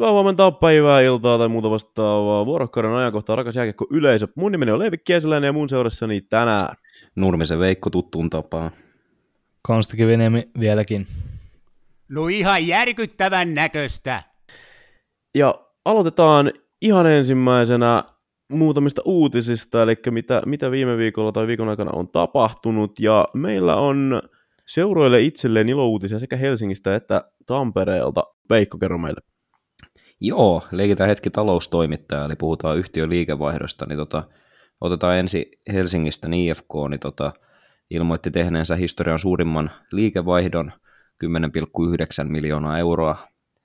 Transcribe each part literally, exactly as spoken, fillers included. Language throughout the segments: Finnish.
Hyvää huomenta, päivää, iltaa tai muuta vastaavaa vuorokauden ajankohtaa, rakas jääkiekko yleisö. Mun nimeni on Leivi Kieseläinen ja mun seurassani tänään Nurmisen Veikko tuttuun tapaan. Konstikiviniemi vieläkin. No ihan järkyttävän näköistä. Ja aloitetaan ihan ensimmäisenä muutamista uutisista, eli mitä, mitä viime viikolla tai viikon aikana on tapahtunut. Ja meillä on seuroille itselleen ilouutisia sekä Helsingistä että Tampereelta. Veikko, kerro meille. Joo, leikitään hetki taloustoimittaja, eli puhutaan yhtiön liikevaihdosta, niin tota, otetaan ensin Helsingistä, niin I F K niin tota, ilmoitti tehneensä historian suurimman liikevaihdon, kymmenen pilkku yhdeksän miljoonaa euroa,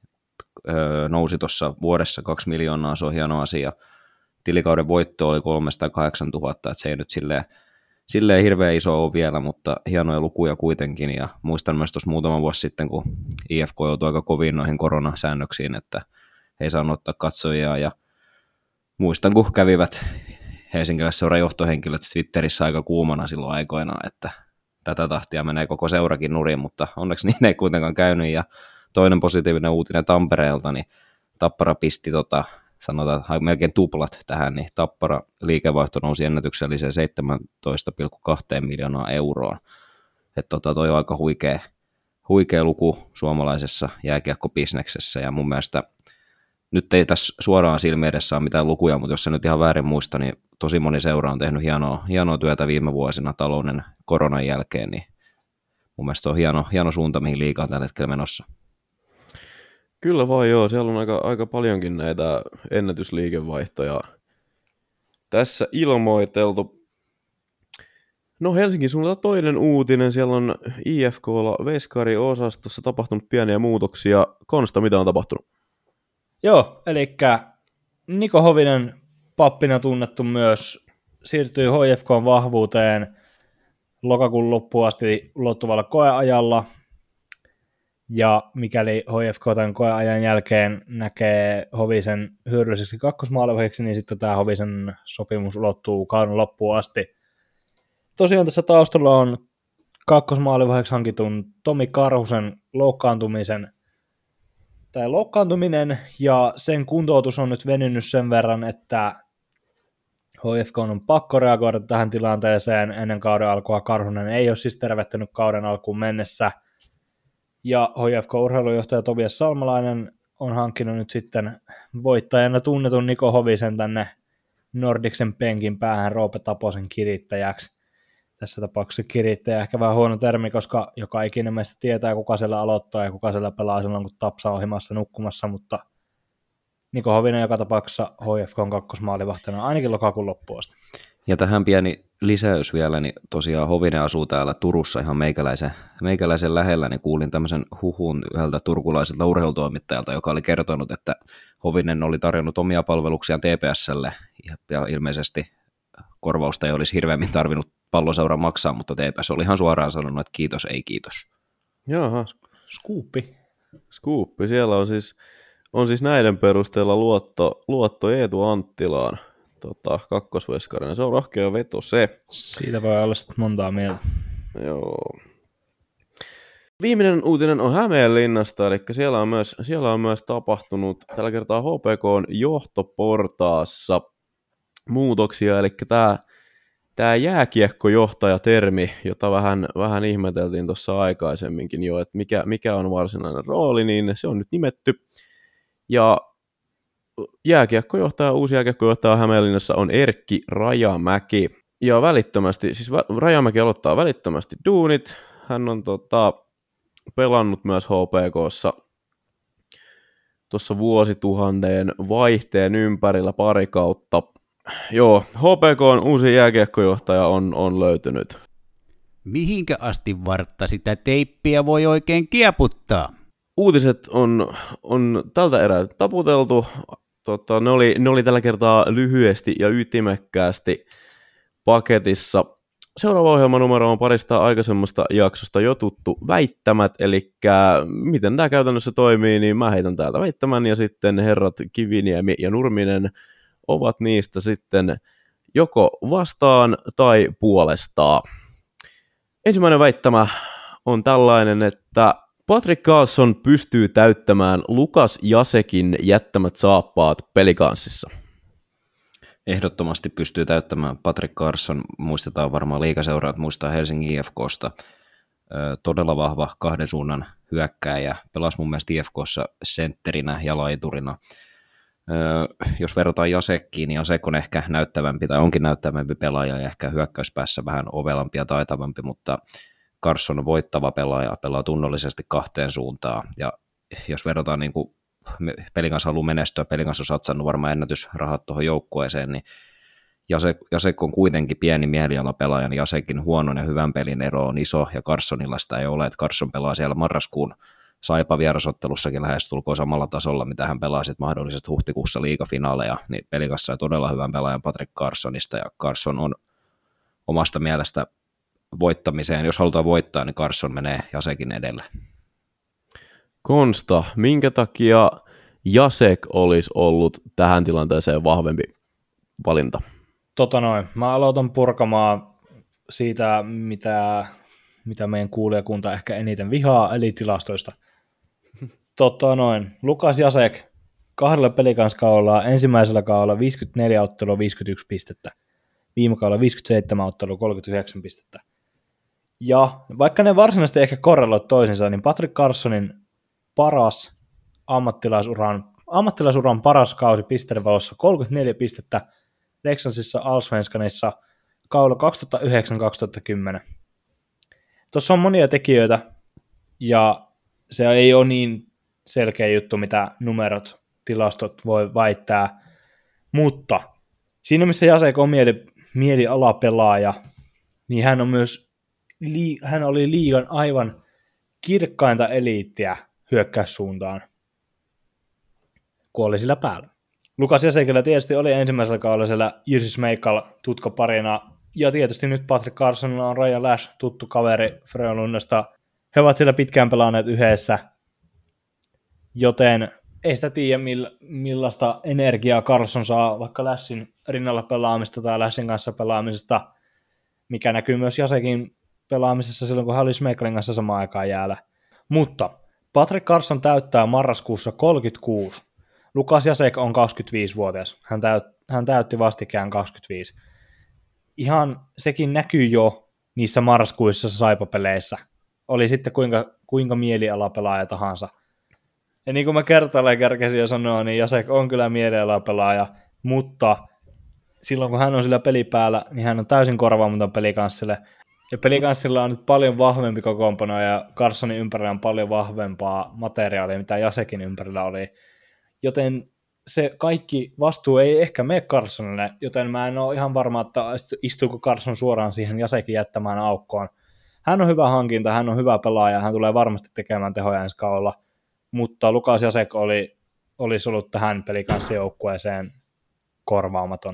öö, nousi tuossa vuodessa kaksi miljoonaa, se on hieno asia. Tilikauden voitto oli kolmesataakahdeksantuhatta, että se ei nyt silleen, silleen hirveän iso ole vielä, mutta hienoja lukuja kuitenkin, ja muistan myös tuossa muutama vuosi sitten, kun I F K joutui aika koviin noihin koronasäännöksiin, että ei saanut ottaa katsojia, ja muistan, kun kävivät helsinkiläisseuran johtohenkilöt Twitterissä aika kuumana silloin aikoinaan, että tätä tahtia menee koko seurakin nurin, mutta onneksi niin ei kuitenkaan käynyt, ja toinen positiivinen uutinen Tampereelta, niin Tappara pisti, tota, sanotaan melkein tuplat tähän, niin Tappara liikevaihto nousi ennätykselliseen seitsemäntoista pilkku kaksi miljoonaa euroa, että tota, toi on aika huikea, huikea luku suomalaisessa jääkiekkobisneksessä, ja mun mielestä nyt ei tässä suoraan silmi edessä ole mitään lukuja, mutta jos se nyt ihan väärin muista, niin tosi moni seura on tehnyt hienoa, hienoa työtä viime vuosina talouden koronan jälkeen, niin mun mielestä se on hieno, hieno suunta, mihin liiga on tällä hetkellä menossa. Kyllä vaan joo, siellä on aika, aika paljonkin näitä ennätysliikevaihtoja tässä ilmoiteltu. No Helsingin suunnalta toinen uutinen, siellä on I F K:lla Veskari-osastossa tapahtunut pieniä muutoksia. Konsta, mitä on tapahtunut? Joo, eli Niko Hovinen, pappina tunnettu myös, siirtyi H F K:n vahvuuteen lokakuun loppuun asti ulottuvalla koeajalla, ja mikäli H F K tämän koeajan jälkeen näkee Hovisen hyödylliseksi kakkosmaalivahiksi, niin sitten tämä Hovisen sopimus ulottuu kauden loppuun asti. Tosiaan tässä taustalla on kakkosmaalivahiksi hankitun Tomi Karhusen loukkaantumisen tai loukkaantuminen, ja sen kuntoutus on nyt venynyt sen verran, että H F K on pakko reagoida tähän tilanteeseen ennen kauden alkua. Karhunen ei ole siis tervehtynyt kauden alkuun mennessä, ja H F K-urheilujohtaja Tobias Salmalainen on hankkinut nyt sitten voittajana tunnetun Niko Hovisen tänne Nordicsen penkin päähän Roope Taposen kirittäjäksi. Tässä tapauksessa kirittäjä ehkä vähän huono termi, koska joka ikinen meistä tietää, kuka siellä aloittaa ja kuka siellä pelaa silloin, kun Tapsa on himassa nukkumassa, mutta Niko Hovinen joka tapauksessa H F K:n kakkosmaalivahtena ainakin lokakuun loppuun asti. Ja tähän pieni lisäys vielä, niin tosiaan Hovinen asuu täällä Turussa ihan meikäläisen, meikäläisen lähellä, niin kuulin tämmöisen huhun yhdeltä turkulaiselta urheilutoimittajalta, joka oli kertonut, että Hovinen oli tarjonnut omia palveluksiaan T P S:lle, ja ilmeisesti korvausta ei olisi hirveämmin tarvinnut Palloseura maksaa, mutta T P S oli ihan suoraan sanonut, että kiitos, ei kiitos. Jaha. Skuuppi. Skuuppi. Siellä on siis, on siis näiden perusteella luotto, luotto Eetu Anttilaan tota, kakkosveskarina. Se on rohkea veto se. Siitä voi olla sitten montaa mieltä. Joo. Viimeinen uutinen on Hämeenlinnasta, eli siellä on myös, siellä on myös tapahtunut tällä kertaa H P K:n johtoportaassa muutoksia, eli tämä Tämä jääkiekkojohtajatermi, jota vähän, vähän ihmeteltiin tuossa aikaisemminkin jo, että mikä, mikä on varsinainen rooli, niin se on nyt nimetty. Ja jääkiekkojohtaja, uusi jääkiekkojohtaja Hämeenlinnassa on Erkki Rajamäki. Ja välittömästi, siis Rajamäki aloittaa välittömästi duunit. Hän on tota, pelannut myös H P K:ssa tuossa vuosituhanteen vaihteen ympärillä pari kautta. Joo, H P K:n uusi jääkiekkojohtaja on, on löytynyt. Mihinkä asti vartta sitä teippiä voi oikein kieputtaa? Uutiset on, on tältä erää taputeltu. Tota, ne, oli, ne oli tällä kertaa lyhyesti ja ytimekkäästi paketissa. Seuraava ohjelmanumero on parista aikaisemmasta jaksosta jo tuttu väittämät, eli miten tämä käytännössä toimii, niin mä heitän täältä väittämän, ja sitten herrat Kiviniemi ja Nurminen ovat niistä sitten joko vastaan tai puolestaan. Ensimmäinen väittämä on tällainen, että Patrick Carlson pystyy täyttämään Lukas Jasekin jättämät saappaat Pelicansissa. Ehdottomasti pystyy täyttämään. Patrick Carlson, muistetaan varmaan liigaseuraat, muistaa Helsingin I F K:sta. Todella vahva kahden suunnan hyökkääjä. Pelasi mun mielestä I F K:ssa sentterinä ja laiturina. Jos verrataan Jasekkiin, niin Jasek on ehkä näyttävämpi tai onkin näyttävämpi pelaaja ja ehkä hyökkäyspäässä vähän ovelampi ja taitavampi, mutta Carlson on voittava pelaaja, pelaa tunnollisesti kahteen suuntaan, ja jos verrataan niin kuin pelin kanssa haluaa menestyä, pelin kanssa on satsannut varmaan ennätysrahat tuohon joukkueeseen, niin Jasek, Jasek on kuitenkin pieni mielialapelaaja, niin Jasekin huonon ja hyvän pelin ero on iso, ja Carlsonilla sitä ei ole, että Carlson pelaa siellä marraskuun Saipa vierasottelussakin lähestulkoon samalla tasolla, mitä hän pelaa sitten mahdollisesti huhtikuussa liigafinaaleja, niin pelin kanssa on todella hyvän pelaajan Patrick Carlsonista, ja Carlson on omasta mielestä voittamiseen. Jos halutaan voittaa, niin Carlson menee Jasekin edelle. Konsta, minkä takia Jasek olisi ollut tähän tilanteeseen vahvempi valinta? Tota noin, mä aloitan purkamaan siitä, mitä, mitä meidän kuulijakunta ehkä eniten vihaa, eli tilastoista. Tota noin, Lukas Jasek kahdella pelikanskaudella, ensimmäisellä kaudella viisikymmentäneljä ottelua, viisikymmentäyksi pistettä. Viime kaudella viisikymmentäseitsemän ottelua, kolmekymmentäyhdeksän pistettä. Ja vaikka ne varsinaisesti ehkä korreloi toisinsa, niin Patrick Carlsonin paras ammattilaisuran, ammattilaisuran paras kausi pisteiden valossa kolmekymmentäneljä pistettä Leksandsissa Allsvenskanissa kaudella kaksituhattayhdeksän kaksituhattakymmenen. Tuossa on monia tekijöitä, ja se ei ole niin selkeä juttu, mitä numerot, tilastot voi väittää, mutta siinä missä Jasek on mieli, mielialapelaaja, niin hän on myös hän oli liigan aivan kirkkainta eliittiä hyökkäyssuuntaan, kun oli sillä päällä. Lukas Jasekilla tietysti oli ensimmäisellä kaudella siellä Jerzy Smejkal tutko parina, ja tietysti nyt Patrick Carlsonilla on Ryan Lash, tuttu kaveri Frölundasta. He ovat siellä pitkään pelaaneet yhdessä, joten ei sitä tiedä millaista energiaa Carlson saa vaikka Lashin rinnalla pelaamista tai Lashin kanssa pelaamisesta, mikä näkyy myös Jasekin pelaamisessa silloin, kun hän oli Smejkalin kanssa samaan aikaan jäällä. Mutta Patrick Carlson täyttää marraskuussa kolmekymmentäkuusi. Lukas Jasek on kaksikymmentäviisivuotias. Hän, täyt, hän täytti vastikään kaksikymmentäviisi. Ihan sekin näkyy jo niissä marraskuissa Saipa-peleissä. Oli sitten kuinka, kuinka mielialapelaaja tahansa. Ja niin kuin mä kertaalleen kärkäsin jo sanoa, niin Jasek on kyllä mielialapelaaja, mutta silloin kun hän on sillä pelipäällä, niin hän on täysin korvaamaton Pelicanssille. Ja Pelicanssilla on nyt paljon vahvempi kokoonpano, ja Carlsonin ympärillä on paljon vahvempaa materiaalia, mitä Jasekin ympärillä oli. Joten se kaikki vastuu ei ehkä mene Carlsonille, joten mä en ole ihan varma, että istuuko Carlson suoraan siihen Jasekin jättämään aukkoon. Hän on hyvä hankinta, hän on hyvä pelaaja, hän tulee varmasti tekemään tehoja ensi kaudella, mutta Lukas Jasek oli, olisi ollut tähän Pelicanssi-joukkueeseen korvaamaton.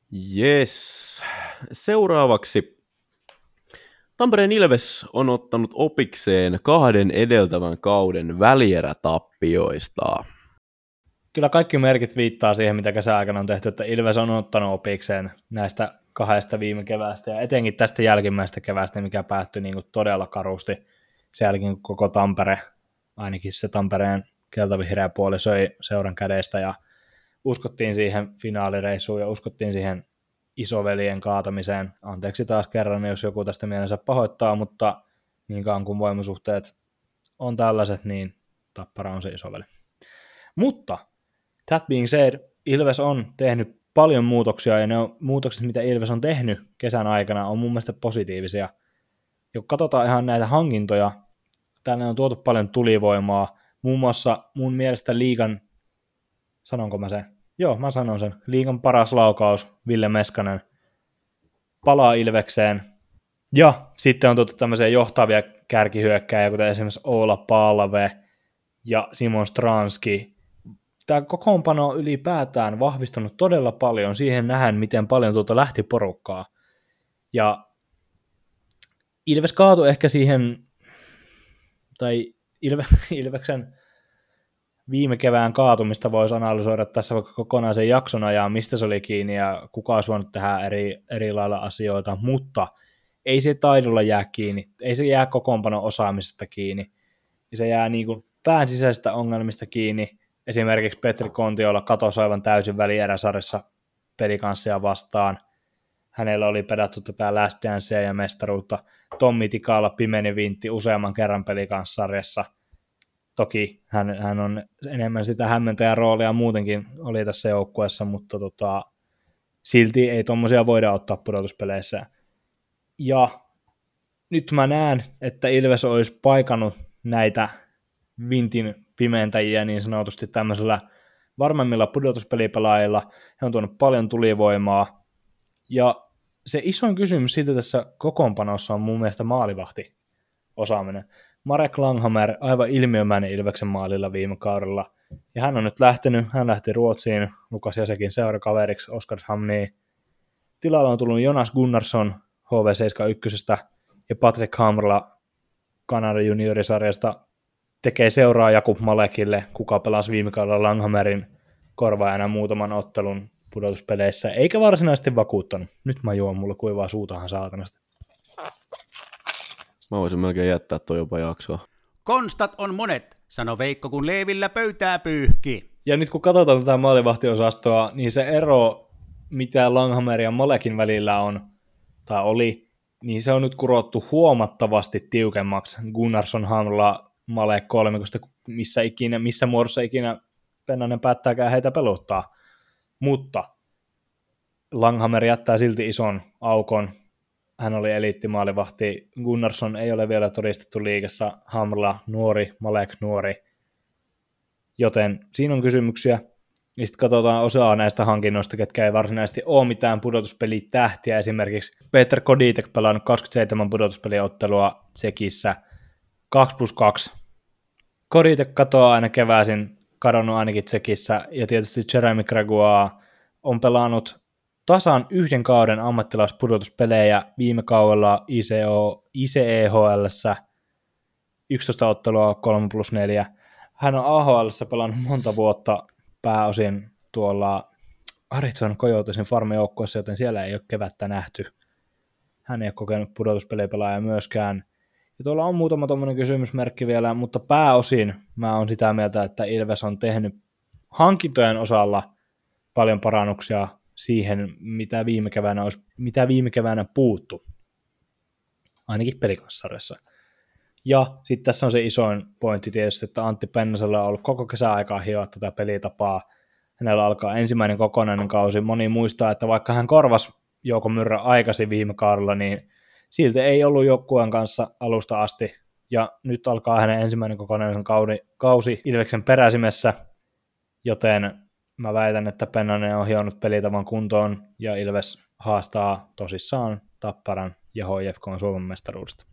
Yes. Seuraavaksi Tampereen Ilves on ottanut opikseen kahden edeltävän kauden välierätappioista. Kyllä kaikki merkit viittaa siihen, mitä kesäaikana on tehty, että Ilves on ottanut opikseen näistä kahdesta viime keväästä, ja etenkin tästä jälkimmäisestä keväästä, mikä päättyi niin kuin todella karusti. Sen jälkeen koko Tampere, ainakin se Tampereen keltavihreä puoli söi seuran kädestä, ja uskottiin siihen finaalireissuun, ja uskottiin siihen isoveljen kaatamiseen. Anteeksi taas kerran, jos joku tästä mielensä pahoittaa, mutta niin kauan kuin voimasuhteet on tällaiset, niin Tappara on se isoveli. Mutta that being said, Ilves on tehnyt paljon muutoksia, ja ne on, muutokset, mitä Ilves on tehnyt kesän aikana, on mun mielestä positiivisia. Jos katsotaan ihan näitä hankintoja, tänne on tuotu paljon tulivoimaa, muun muassa mun mielestä liigan, sanonko mä sen? Joo, mä sanon sen. Liigan paras laukaus, Ville Meskanen, palaa Ilvekseen, ja sitten on tuotu tämmöisiä johtavia kärkihyökkäjiä, kuten esimerkiksi Oula Palve ja Simon Stranski. Tämä kokoonpano on ylipäätään vahvistunut todella paljon, siihen nähdään, miten paljon tuolta lähti porukkaa. Ja Ilves kaatui ehkä siihen, tai Ilve, Ilveksen viime kevään kaatumista voisi analysoida tässä vaikka kokonaisen jakson ajan, mistä se oli kiinni ja kuka olisi voinut tehdä eri, eri lailla asioita, mutta ei se taidolla jää kiinni, ei se jää kokoonpanon osaamisesta kiinni. niin se jää niin kuin pään sisäisistä ongelmista kiinni. Esimerkiksi Petri Kontiola katosi aivan täysin välieräsarjassa Pelikanssia vastaan. Hänellä oli pedattu tätä Last Dancea ja mestaruutta. Tommi Tikalla pimeni vintti useamman kerran Pelikanssarjassa. Toki hän, hän on enemmän sitä hämmentäjän roolia muutenkin oli tässä joukkueessa, mutta tota, silti ei tommosia voida ottaa pudotuspeleissä. Ja nyt mä näen, että Ilves olisi paikannut näitä vintin pimentäjiä niin sanotusti tämmöisellä varmemmilla pudotuspelipelaajilla. He on tuonut paljon tulivoimaa. Ja se isoin kysymys siitä tässä kokoonpanossa on mun mielestä maalivahti osaaminen. Marek Langhammer aivan ilmiömäinen Ilveksen maalilla viime kaudella. Ja hän on nyt lähtenyt, hän lähti Ruotsiin, Lukas Jasekin seurakaveriksi Oskarshamniin. Tilalla on tullut Jonas Gunnarsson H V seitsemänkymmentäyksi ja Patrick Hamrla Kanadan juniorisarjasta tekee seuraa Jakub Malekille, kuka pelasi viime kaudella Langhammerin korvaajana muutaman ottelun pudotuspeleissä, eikä varsinaisesti vakuuttanut. Nyt mä juon, mulla kuivaa suutahan saatanasta. Mä voisin melkein jättää toi jopa jaksoa. Konstat on monet, sano Veikko, kun Leevillä pöytää pyyhki. Ja nyt kun katsotaan tätä maalivahtiosastoa, niin se ero, mitä Langhammer ja Malekin välillä on, tai oli, niin se on nyt kurottu huomattavasti tiukemmaksi Gunnarsson, Hamrla, Malek kolmikosta, missä, ikinä, missä muodossa ikinä Pennanen päättääkään heitä peluttaa. Mutta Langhammer jättää silti ison aukon. Hän oli eliittimaalivahti. Gunnarsson ei ole vielä todistettu liigassa. Hamrla nuori, Malek nuori. Joten siinä on kysymyksiä. Ja sitten katsotaan osaa näistä hankinnoista, ketkä ei varsinaisesti ole mitään pudotuspelitähtiä. Esimerkiksi Peter Koditek pelannut kaksikymmentäseitsemän pudotuspeliottelua Tsekissä. kaksi plus kaksi. Koditek katoaa aina keväisin, kadonnut ainakin Tsekissä. Ja tietysti Jeremy Gregoire on pelannut tasan yhden kauden ammattilaispudotuspelejä viime kaudella I C E H L:ssä yksitoista ottelua kolme plus neljä. Hän on A H L:ssä pelannut monta vuotta pääosin tuolla Arizona Coyotesin farmijoukkueessa, joten siellä ei ole kevättä nähty. Hän ei ole kokenut pudotuspelipelaajaa myöskään. Ja tuolla on muutama tommoinen kysymysmerkki vielä, mutta pääosin mä oon sitä mieltä, että Ilves on tehnyt hankintojen osalla paljon parannuksia siihen, mitä viime keväänä, olisi, mitä viime keväänä puuttu, ainakin Pelikanssarjassa. Ja sitten tässä on se isoin pointti tietysti, että Antti Pennasella on ollut koko kesäaikaa hioa tätä pelitapaa. Hänellä alkaa ensimmäinen kokonainen kausi. Moni muistaa, että vaikka hän korvasi Jouko Myrrä aikaisin viime kaudella, niin silti ei ollut joukkueen kanssa alusta asti. Ja nyt alkaa hänen ensimmäinen kokonainen kausi Ilveksen peräsimessä, joten mä väitän, että Pennanen on hionnut pelitavan kuntoon ja Ilves haastaa tosissaan Tapparan ja H F K:n Suomen mestaruudesta.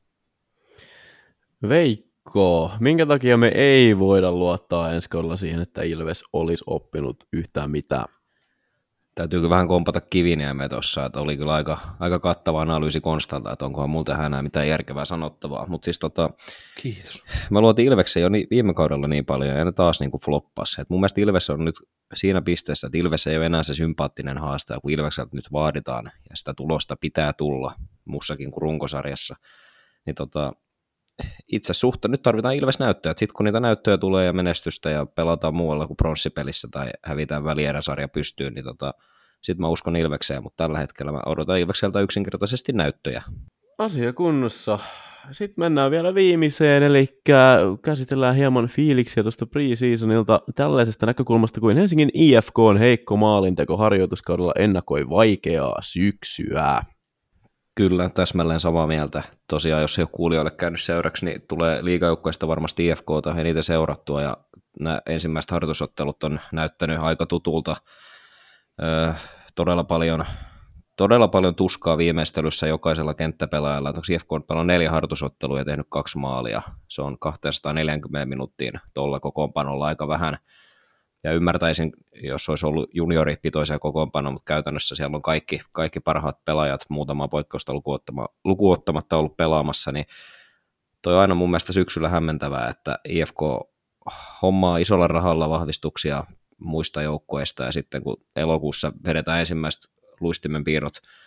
Veikko, minkä takia me ei voida luottaa ensi kaudella siihen, että Ilves olisi oppinut yhtään mitään? Täytyykö vähän kompata Kiviniemeä tuossa, että oli kyllä aika, aika kattava analyysi Konstalta, että onkohan multa tähän enää mitään järkevää sanottavaa. Mutta siis tota, kiitos. Mä luotin Ilveksen jo ni, viime kaudella niin paljon, ja ne taas niin kuin floppasi. Et mun mielestä Ilves on nyt siinä pisteessä, että Ilves ei ole enää se sympaattinen haastaja, kun Ilvekseltä nyt vaaditaan, ja sitä tulosta pitää tulla muussakin kuin runkosarjassa. Niin tota, itse suhta nyt tarvitaan Ilves-näyttöjä, sitten kun niitä näyttöjä tulee ja menestystä ja pelataan muualla kuin pronssipelissä tai hävitään välieräsarja pystyyn, niin tota, sitten mä uskon Ilvekseen, mutta tällä hetkellä mä odotan Ilvekseltä yksinkertaisesti näyttöjä. Asia kunnossa. Sitten mennään vielä viimeiseen, eli käsitellään hieman fiiliksiä tuosta pre-seasonilta tällaisesta näkökulmasta kuin Helsingin I F K:n heikko maalinteko harjoituskaudella ennakoi vaikeaa syksyä. Kyllä, täsmälleen samaa mieltä. Tosiaan, jos ei ole kuulijoille käynyt seuraksi, niin tulee liigajoukkueesta varmasti I F K:ta eniten seurattua, ja nämä ensimmäiset harjoitusottelut on näyttänyt aika tutulta. Öö, todella, paljon, todella paljon tuskaa viimeistelyssä jokaisella kenttäpelaajalla. I F K on pelannut neljä harjoitusottelua ja tehnyt kaksi maalia. Se on kaksisataaneljäkymmentä minuuttiin tuolla kokoonpanolla aika vähän. Ja ymmärtäisin, jos olisi ollut junioripitoisia kokoonpanoja, mutta käytännössä siellä on kaikki, kaikki parhaat pelaajat, muutama poikkeusta lukuottamatta ollut pelaamassa, niin toi on aina mun mielestä syksyllä hämmentävää, että I F K hommaa isolla rahalla vahvistuksia muista joukkueista, ja sitten kun elokuussa vedetään ensimmäiset luistimen piirrot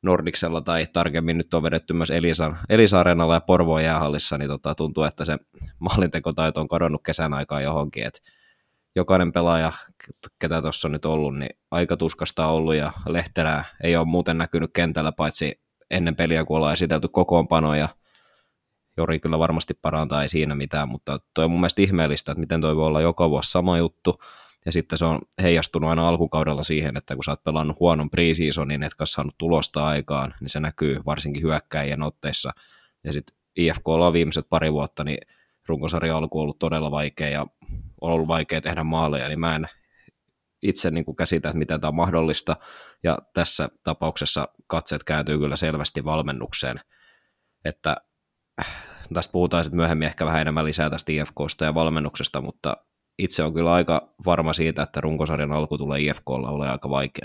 Nordicsella tai tarkemmin nyt on vedetty myös Elisa, Elisa-areenalla ja Porvoon jäähallissa, niin tota, tuntuu, että se maalintekotaito on kadonnut kesän aikaa johonkin, että jokainen pelaaja, ketä tuossa on nyt ollut, niin aika tuskasta on ollut, ja Lehterää ei ole muuten näkynyt kentällä, paitsi ennen peliä, kun ollaan esitelty kokoonpano, ja Jori kyllä varmasti parantaa, ei siinä mitään, mutta toi on mun mielestä ihmeellistä, että miten toi voi olla joka vuosi sama juttu, ja sitten se on heijastunut aina alkukaudella siihen, että kun sä oot pelannut huonon pre-seasonin, etkä saanut tulosta aikaan, niin se näkyy varsinkin hyökkäjien otteissa, ja sitten I F K:lla on viimeiset pari vuotta, niin runkosarjan alku on ollut todella vaikea, ja on ollut vaikea tehdä maaleja, niin mä en itse niin kuin käsitä, että miten tämä on mahdollista, ja tässä tapauksessa katseet kääntyy kyllä selvästi valmennukseen, että tästä puhutaan sitten myöhemmin ehkä vähän enemmän lisää tästä I F K:sta ja valmennuksesta, mutta itse on kyllä aika varma siitä, että runkosarjan alku tulee I F K:lla ole aika vaikea.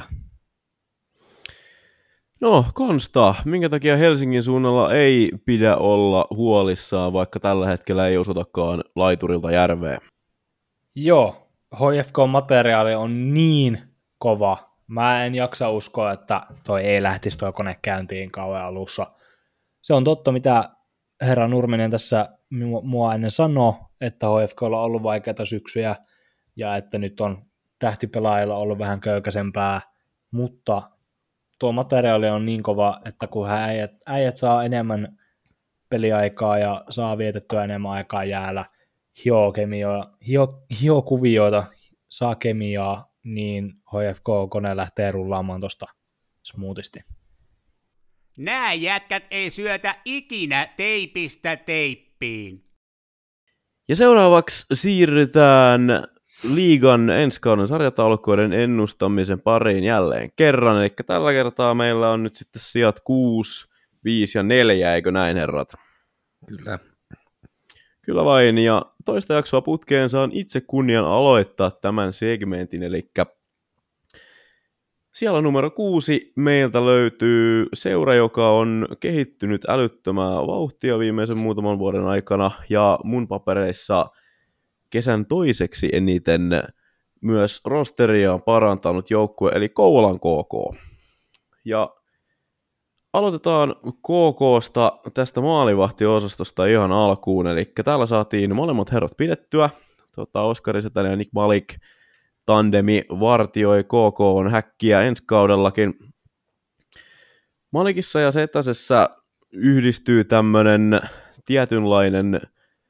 No, Konsta, minkä takia Helsingin suunnalla ei pidä olla huolissaan, vaikka tällä hetkellä ei osutakaan laiturilta järveen? Joo, H F K-materiaali on niin kova. Mä en jaksa uskoa, että toi ei lähtisi toi kone käyntiin kauan alussa. Se on totta, mitä herra Nurminen tässä mua ennen sanoi, että H F K:lla on ollut vaikeita syksyjä ja että nyt on tähtipelaajilla ollut vähän köykäisempää, mutta tuo materiaali on niin kova, että kun äijät, äijät saa enemmän peliaikaa ja saa vietettyä enemmän aikaa jäällä, hio, kemio, hio, hio kuvioita, saa kemiaa, niin H F K-kone lähtee rullaamaan tuosta smoothisti. Nää jätkät ei syötä ikinä teipistä teippiin. Ja seuraavaksi siirrytään liigan ensi kauden sarjataulukoiden ennustamisen pariin jälleen kerran. Eli tällä kertaa meillä on nyt sitten sijat kuusi, viisi ja neljä, eikö näin herrat? Kyllä. Kyllä vain, ja toista jaksoa putkeen saan itse kunnian aloittaa tämän segmentin, eli siellä numero kuusi meiltä löytyy seura, joka on kehittynyt älyttömää vauhtia viimeisen muutaman vuoden aikana, ja mun papereissa kesän toiseksi eniten myös rosteria on parantanut joukkue, eli Kouvolan K K. Ja aloitetaan K K:sta tästä maalivahtiosastosta ihan alkuun, eli täällä saatiin molemmat herrat pidettyä, tota, Oskari Setänen ja Nick Malik. Tandemi vartioi K K:n häkkiä ensi kaudellakin. Malikissa ja Setäsessä yhdistyy tämmöinen tietynlainen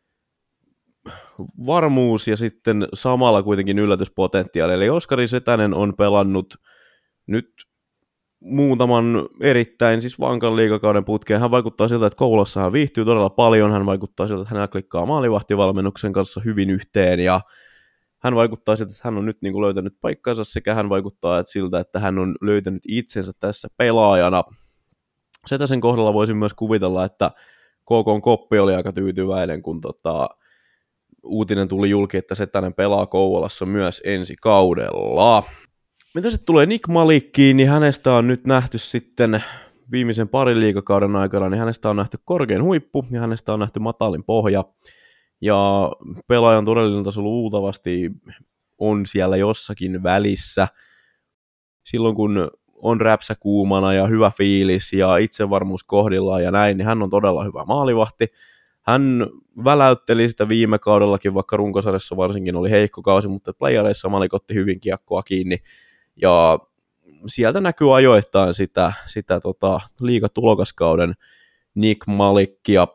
varmuus ja sitten samalla kuitenkin yllätyspotentiaali. Eli Oskari Setänen on pelannut nyt muutaman erittäin siis vankan liigakauden putkeen. Hän vaikuttaa siltä, että Kouvolassa hän viihtyy todella paljon. Hän vaikuttaa siltä, että hän klikkaa maalivahtivalmennuksen kanssa hyvin yhteen ja hän vaikuttaa siltä, että hän on nyt niin kuin löytänyt paikkansa, sekä hän vaikuttaa että siltä, että hän on löytänyt itsensä tässä pelaajana. Setäsen kohdalla voisin myös kuvitella, että K K:n koppi oli aika tyytyväinen, kun tota, uutinen tuli julki, että Setänen pelaa Kouvolassa myös ensi kaudella. Mitä sitten tulee Nick Malikkiin, niin hänestä on nyt nähty sitten viimeisen parin liigakauden aikana, niin hänestä on nähty korkein huippu ja hänestä on nähty matalin pohja. Ja pelaajan todellinen taso luultavasti on siellä jossakin välissä. Silloin kun on räpsä kuumana ja hyvä fiilis ja itsevarmuus kohdillaan ja näin, niin hän on todella hyvä maalivahti. Hän väläytteli sitä viime kaudellakin, vaikka runkosarjassa varsinkin oli heikko kausi, mutta playareissa Malik otti hyvin kiekkoa kiinni. Ja sieltä näkyy ajoittain sitä, sitä tota, liigatulokaskauden Nick Malikkia.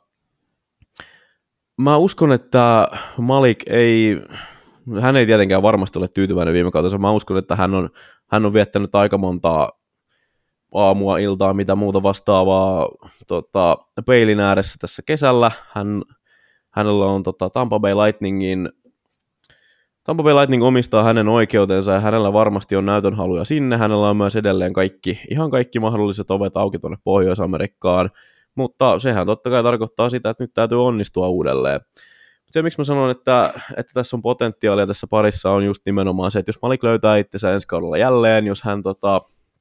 Mä uskon, että Malik ei, hän ei tietenkään varmasti ole tyytyväinen viime kautensa. Mä uskon, että hän on, hän on viettänyt aika montaa aamua, iltaa, mitä muuta vastaavaa tota, peilin ääressä tässä kesällä. Hän, hänellä on tota, Tampa Bay Lightningin, Tampa Bay Lightning omistaa hänen oikeutensa ja hänellä varmasti on näytönhaluja sinne. Hänellä on myös edelleen kaikki, ihan kaikki mahdolliset ovet auki tuonne Pohjois-Amerikkaan. Mutta sehän totta kai tarkoittaa sitä, että nyt täytyy onnistua uudelleen. Se, miksi mä sanon, että, että tässä on potentiaalia tässä parissa, on just nimenomaan se, että jos Malik löytää itsensä ensi kaudella jälleen, jos hän tota,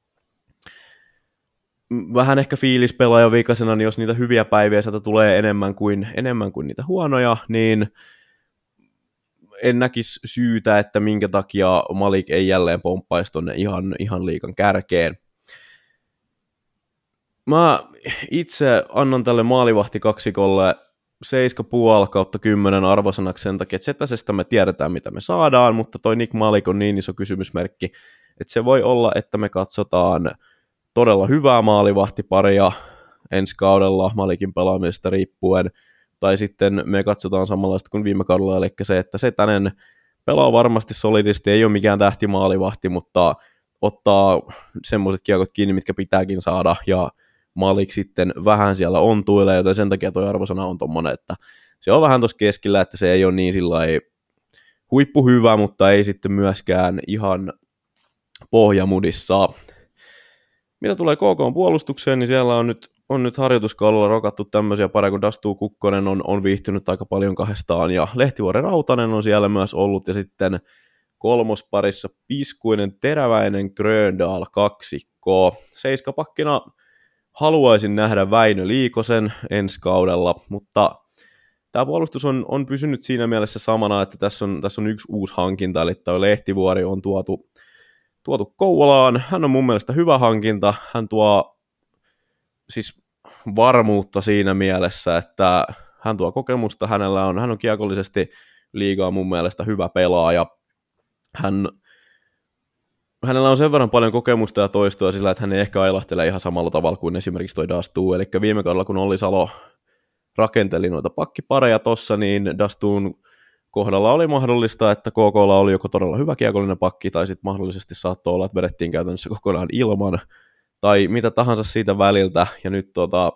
vähän ehkä fiilispelaaja vikasena, niin jos niitä hyviä päiviä sieltä tulee enemmän kuin, enemmän kuin niitä huonoja, niin en näkisi syytä, että minkä takia Malik ei jälleen pomppaisi tonne ihan, ihan liigan kärkeen. Mä itse annan tälle maalivahtikaksikolle seitsemän pilkku viisi kautta kymmenen arvosanaksi sen takia, että Setäsestä me tiedetään, mitä me saadaan, mutta toi Nick Malik on niin iso kysymysmerkki, että se voi olla, että me katsotaan todella hyvää maalivahtiparia ensi kaudella Malikin pelaamisesta riippuen, tai sitten me katsotaan samanlaista kuin viime kaudella, eli se, että Setänen pelaa varmasti solidisti, ei ole mikään tähtimaalivahti, mutta ottaa semmoiset kiekot kiinni, mitkä pitääkin saada, ja Malik sitten vähän siellä ontuilee, joten sen takia tuo arvosana on tommonen, että se on vähän tuossa keskellä, että se ei ole niin sillai huippuhyvä, mutta ei sitten myöskään ihan pohjamudissa. Mitä tulee K K:n puolustukseen, niin siellä on nyt, on nyt harjoituskaudella rokattu tämmöisiä pareja, kun Dastu Kukkonen on, on viihtynyt aika paljon kahdestaan, ja Lehtivuori Rautanen on siellä myös ollut, ja sitten kolmosparissa Piskuinen Teräväinen Gröndal kaksikko. Seiskapakkina haluaisin nähdä Väinö Liikosen ensi kaudella, mutta tämä puolustus on, on pysynyt siinä mielessä samana, että tässä on, tässä on yksi uusi hankinta, eli tämä Lehtivuori on tuotu, tuotu Kouvolaan. Hän on mun mielestä hyvä hankinta, hän tuo siis varmuutta siinä mielessä, että hän tuo kokemusta, hänellä on, hän on kiekollisesti liigaa mun mielestä hyvä pelaaja, hän Hänellä on sen verran paljon kokemusta ja toistoa sillä, että hän ei ehkä ailahtele ihan samalla tavalla kuin esimerkiksi toi Dastu. Eli viime kaudella, kun Olli Salo rakenteli noita pakkipareja tossa, niin Dastuun kohdalla oli mahdollista, että K K:lla oli joko todella hyvä kiekollinen pakki, tai sitten mahdollisesti saattoi olla, että vedettiin käytännössä kokonaan ilman, tai mitä tahansa siitä väliltä. Ja nyt tota,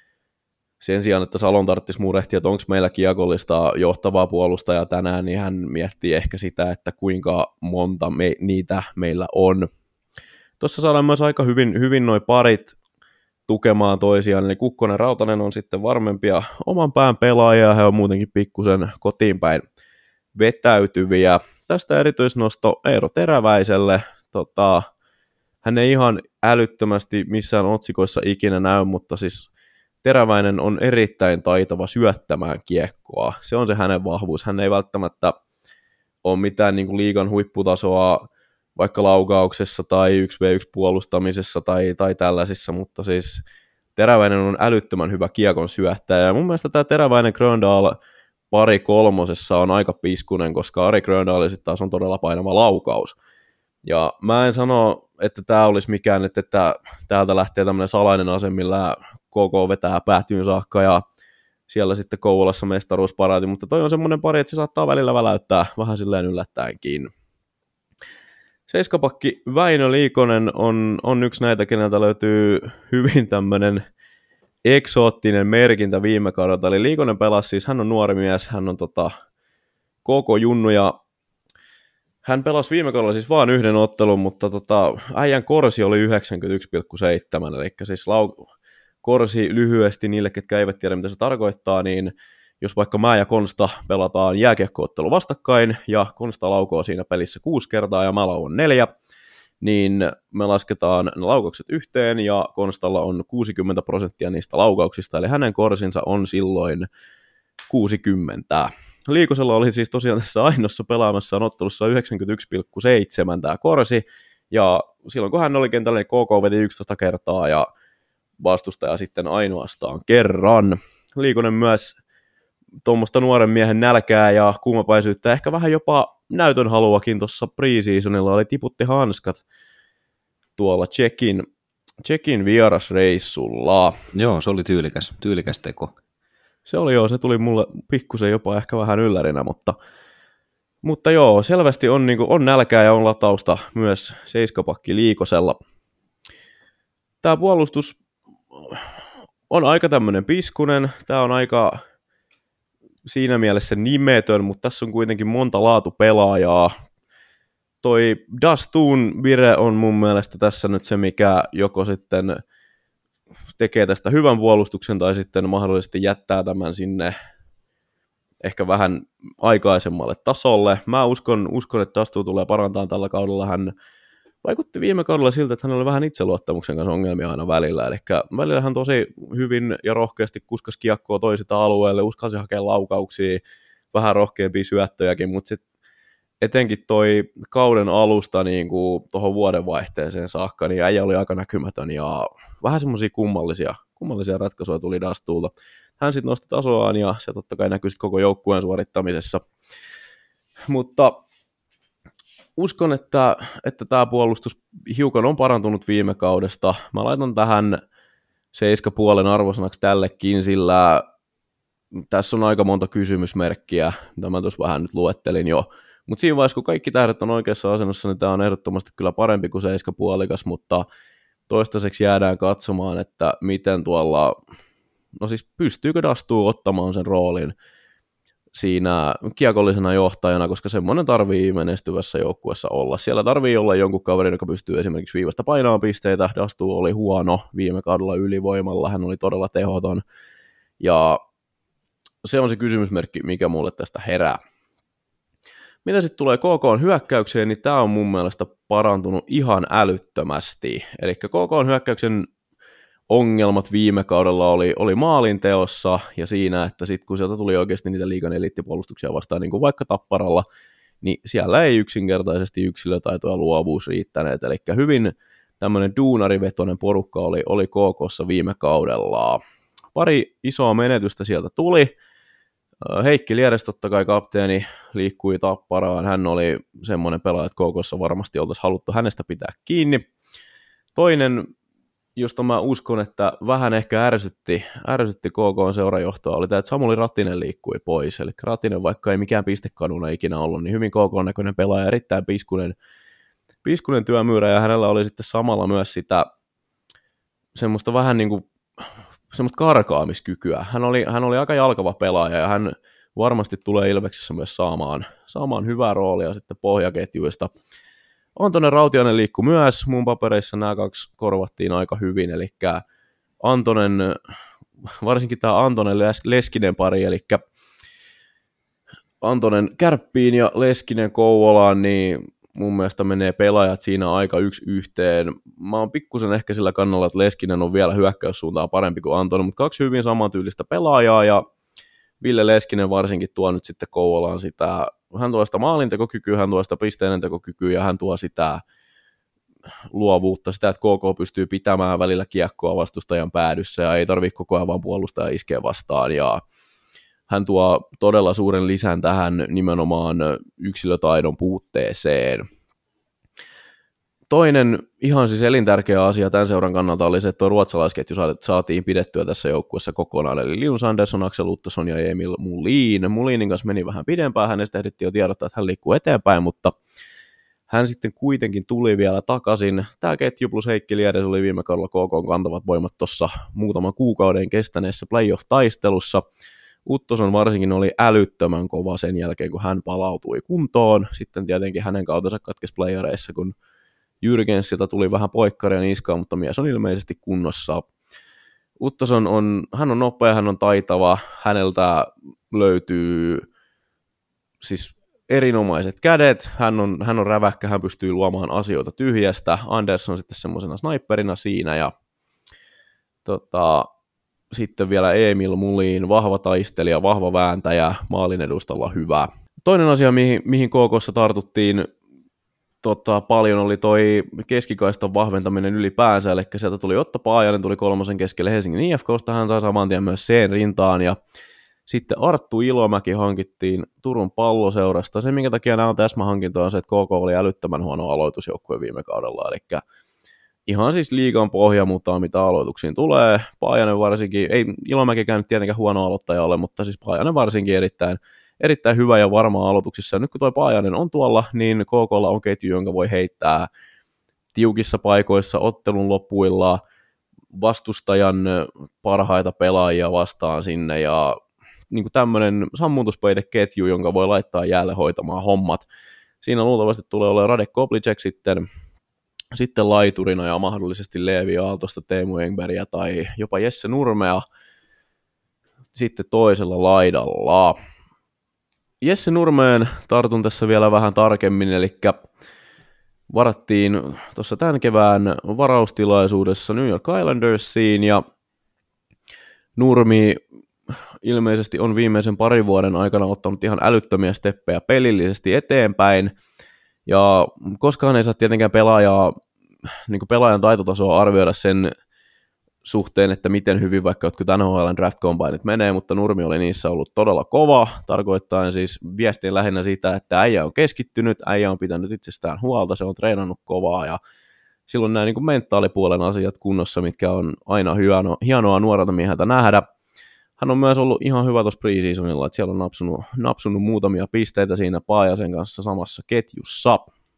sen sijaan, että Salon tarvitsisi murehtia, että onko meillä kiekollista johtavaa puolustajaa tänään, niin hän miettii ehkä sitä, että kuinka monta me, niitä meillä on. Tuossa saadaan myös aika hyvin, hyvin noi parit tukemaan toisiaan, eli Kukkonen Rautanen on sitten varmempia oman pään pelaajia, he on muutenkin pikkusen kotiin päin vetäytyviä. Tästä erityisnosto Eero Teräväiselle, tota, hän ei ihan älyttömästi missään otsikoissa ikinä näy, mutta siis Teräväinen on erittäin taitava syöttämään kiekkoa. Se on se hänen vahvuus. Hän ei välttämättä ole mitään niin kuin liigan huipputasoa vaikka laukauksessa tai yksi vastaan yksi puolustamisessa tai, tai tällaisissa, mutta siis Teräväinen on älyttömän hyvä kiekon syöttäjä. Ja mun mielestä tämä Teräväinen Gröndal pari kolmosessa on aika piskunen, koska Ari Gröndal sitten taas on todella painava laukaus. Ja mä en sano, että tämä olisi mikään, että, että täältä lähtee tämmöinen salainen ase, millä K K vetää päätyyn saakka ja siellä sitten Kouvolassa mestaruusparaati, mutta toi on semmoinen pari, että se saattaa välillä väläyttää vähän silleen yllättäenkin. Seiskapakki Väinö Liikonen on, on yksi näitä, keneltä löytyy hyvin tämmöinen eksoottinen merkintä viime kaudelta, eli Liikonen pelasi siis, hän on nuori mies, hän on tota K K-junnu ja hän pelasi viime kaudella siis vain yhden ottelun, mutta tota, äijän korsi oli yhdeksänkymmentäyksi pilkku seitsemän, eli siis lau- korsi lyhyesti niille, ketkä eivät tiedä, mitä se tarkoittaa, niin jos vaikka mä ja Konsta pelataan jääkiekkoottelu vastakkain, ja Konsta laukoo siinä pelissä kuusi kertaa, ja mä lauon neljä, niin me lasketaan ne laukaukset yhteen, ja Konstalla on kuusikymmentä prosenttia niistä laukauksista, eli hänen korsinsa on silloin kuusikymmentä. Liikosella oli siis tosiaan tässä ainoassa pelaamassa ottelussa yhdeksänkymmentäyksi pilkku seitsemän tämä korsi, ja silloin kun hän oli kentällä, niin K K veti yksitoista kertaa, ja vastustaja sitten ainoastaan kerran. Liikonen myös tuommoista nuoren miehen nälkää ja kuumapäisyyttä, ehkä vähän jopa näytön haluakin tuossa pre-seasonilla, oli tiputti hanskat tuolla Tšekin, Tšekin vierasreissulla. Joo, se oli tyylikäs, tyylikäs teko. Se oli joo, se tuli mulle pikkusen jopa ehkä vähän yllärinä, mutta, mutta joo, selvästi on, niin kuin, on nälkää ja on latausta myös seiskapakki Liikosella. Tämä puolustus on aika tämmöinen piskunen, tämä on aika siinä mielessä nimetön, mutta tässä on kuitenkin monta laatupelaajaa. Toi Dastuun vire on mun mielestä tässä nyt se, mikä joko sitten tekee tästä hyvän puolustuksen tai sitten mahdollisesti jättää tämän sinne ehkä vähän aikaisemmalle tasolle. Mä uskon, uskon että Dastu tulee parantamaan tällä kaudella. Hän vaikutti viime kaudella siltä, että hänellä oli vähän itseluottamuksen kanssa ongelmia aina välillä. Eli välillä hän tosi hyvin ja rohkeasti kuskasi kiekkoa toisilta alueelle, uskalsi hakea laukauksia, vähän rohkeampia syöttöjäkin, mutta sitten etenkin toi kauden alusta niin kuin tuohon vuodenvaihteeseen saakka, niin äijä oli aika näkymätön ja vähän semmoisia kummallisia, kummallisia ratkaisuja tuli Dastulta. Hän sitten nosti tasoaan ja se totta kai näkyi koko joukkueen suorittamisessa. Mutta uskon, että, että tämä puolustus hiukan on parantunut viime kaudesta. Mä laitan tähän seiska puolen arvosanaksi tällekin, sillä tässä on aika monta kysymysmerkkiä, mitä mä tuossa vähän nyt luettelin jo. Mutta siinä vaiheessa, kun kaikki tähdet on oikeassa asennossa, niin tämä on ehdottomasti kyllä parempi kuin seiska puolikas, mutta toistaiseksi jäädään katsomaan, että miten tuolla, no siis pystyykö Dastu ottamaan sen roolin siinä kiekollisena johtajana, koska semmoinen tarvii menestyvässä joukkueessa olla. Siellä tarvii olla jonkun kaverin, joka pystyy esimerkiksi viivasta painamaan pisteitä. Dastu oli huono viime kaudella ylivoimalla, hän oli todella tehoton. Ja se on se kysymysmerkki, mikä mulle tästä herää. Mitä sitten tulee K K:n hyökkäykseen, niin tämä on mun mielestä parantunut ihan älyttömästi. Eli K K:n hyökkäyksen ongelmat viime kaudella oli, oli maalinteossa ja siinä, että sitten kun sieltä tuli oikeasti niitä liigan eliittipuolustuksia vastaan, niin kuin vaikka Tapparalla, niin siellä ei yksinkertaisesti yksilötaito ja luovuus riittäneet. Eli hyvin tämmöinen duunarivetoinen porukka oli, oli K K:ssa viime kaudella. Pari isoa menetystä sieltä tuli. Heikki Liedes, totta kai kapteeni, liikkui Tapparaan. Hän oli semmoinen pelaaja, että K K:ssa varmasti oltaisiin haluttu hänestä pitää kiinni. Toinen, josta mä uskon, että vähän ehkä ärsytti, ärsytti K K:n seurajohtoa, oli tämä, että Samuli Ratinen liikkui pois. Eli Ratinen, vaikka ei mikään pistekaduna ikinä ollut, niin hyvin K K:n näköinen pelaaja, erittäin piskunen, piskunen työmyyrä, ja hänellä oli sitten samalla myös sitä semmoista vähän niin kuin semmoista karkaamiskykyä. Hän oli, hän oli aika jalkava pelaaja, ja hän varmasti tulee Ilveksessä myös saamaan, saamaan hyvää roolia sitten pohjaketjuista. Antonen Rautiainen liikkui myös, mun papereissa nämä kaksi korvattiin aika hyvin, eli Antonen, varsinkin tämä Antonen Leskinen pari, eli Antonen Kärppiin ja Leskinen Kouvolaan, niin mun mielestä menee pelaajat siinä aika yksi yhteen. Mä oon pikkusen ehkä sillä kannalla, että Leskinen on vielä hyökkäyssuuntaan parempi kuin Antonen, mutta kaksi hyvin samantyylistä pelaajaa, ja Ville Leskinen varsinkin tuo nyt sitten Kouvolaan sitä, hän tuo sitä maalintekokykyä, hän tuo sitä pisteentekokykyä, ja hän tuo sitä luovuutta, sitä, että K K pystyy pitämään välillä kiekkoa vastustajan päädyssä, ja ei tarvitse koko ajan vaan puolustaja iskeä vastaan, ja hän tuo todella suuren lisän tähän nimenomaan yksilötaidon puutteeseen. Toinen ihan siis elintärkeä asia tämän seuran kannalta oli se, että tuo ruotsalaisketju saatiin pidettyä tässä joukkueessa kokonaan, eli Linus Andersson, Axel Uttoson ja Emil Mulin. Mulinin kanssa meni vähän pidempään, hänestä ehdittiin jo tiedottaa, että hän liikkuu eteenpäin, mutta hän sitten kuitenkin tuli vielä takaisin. Tämä ketju plus Heikki Liedes oli viime kaudella K K:n kantavat voimat tuossa muutaman kuukauden kestäneessä playoff-taistelussa. Uttoson varsinkin oli älyttömän kova sen jälkeen, kun hän palautui kuntoon. Sitten tietenkin hänen kautensa katkesi playereissa, kun Jürgensiltä tuli vähän poikkaria niskaan, mutta mies on ilmeisesti kunnossa. Uttoson on, hän on nopea, hän on taitava, häneltä löytyy siis erinomaiset kädet, hän on, hän on räväkkä, hän pystyy luomaan asioita tyhjästä. Andersson sitten semmoisena sniperina siinä, ja tota, sitten vielä Emil Mulin, vahva taistelija, vahva vääntäjä, maalin edustalla hyvä. Toinen asia, mihin, mihin K K:ssa tartuttiin tota, paljon, oli toi keskikaistan vahventaminen ylipäänsä, eli sieltä tuli Otto Paajanen, tuli kolmosen keskelle Helsingin I F K:sta, hän sai saman tien myös C rintaan, ja sitten Arttu Ilomäki hankittiin Turun Palloseurasta. Se, minkä takia nämä on täsmähankintoja, on se, että K K oli älyttömän huono aloitusjoukkue viime kaudella, eli ihan siis liigan pohja, mutta mitä aloituksiin tulee. Paajanen varsinkin, ei Ilomäkikään nyt tietenkään huono aloittaja ole, mutta siis Paajanen varsinkin erittäin, erittäin hyvä ja varma aloituksissa. Ja nyt kun tuo Paajanen on tuolla, niin K K:lla on ketju, jonka voi heittää tiukissa paikoissa, ottelun lopuilla, vastustajan parhaita pelaajia vastaan sinne, ja niin kuin tämmöinen sammutuspeiteketju, jonka voi laittaa jäälle hoitamaan hommat. Siinä luultavasti tulee olemaan Radek Koplicek sitten, sitten laiturina ja mahdollisesti Leevi Aaltosta, Teemu Engbergia tai jopa Jesse Nurmea sitten toisella laidalla. Jesse Nurmeen tartun tässä vielä vähän tarkemmin, eli varattiin tuossa tämän kevään varaustilaisuudessa New York Islandersiin, ja Nurmi ilmeisesti on viimeisen parin vuoden aikana ottanut ihan älyttömiä steppejä pelillisesti eteenpäin, ja koskaan ei saa tietenkään pelaajaa, niin kuin pelaajan taitotasoa arvioida sen suhteen, että miten hyvin vaikka jotkut N H L:n draft combineit menee, mutta Nurmi oli niissä ollut todella kova, tarkoittaen siis viestin lähinnä sitä, että äijä on keskittynyt, äijä on pitänyt itsestään huolta, se on treenannut kovaa, ja silloin nämä niin kuin mentaalipuolen asiat kunnossa, mitkä on aina hienoa, hienoa nuorelta mieheltä nähdä. Hän on myös ollut ihan hyvä tuossa preseasonilla, että siellä on napsunut, napsunut muutamia pisteitä siinä Paajasen kanssa samassa ketjussa.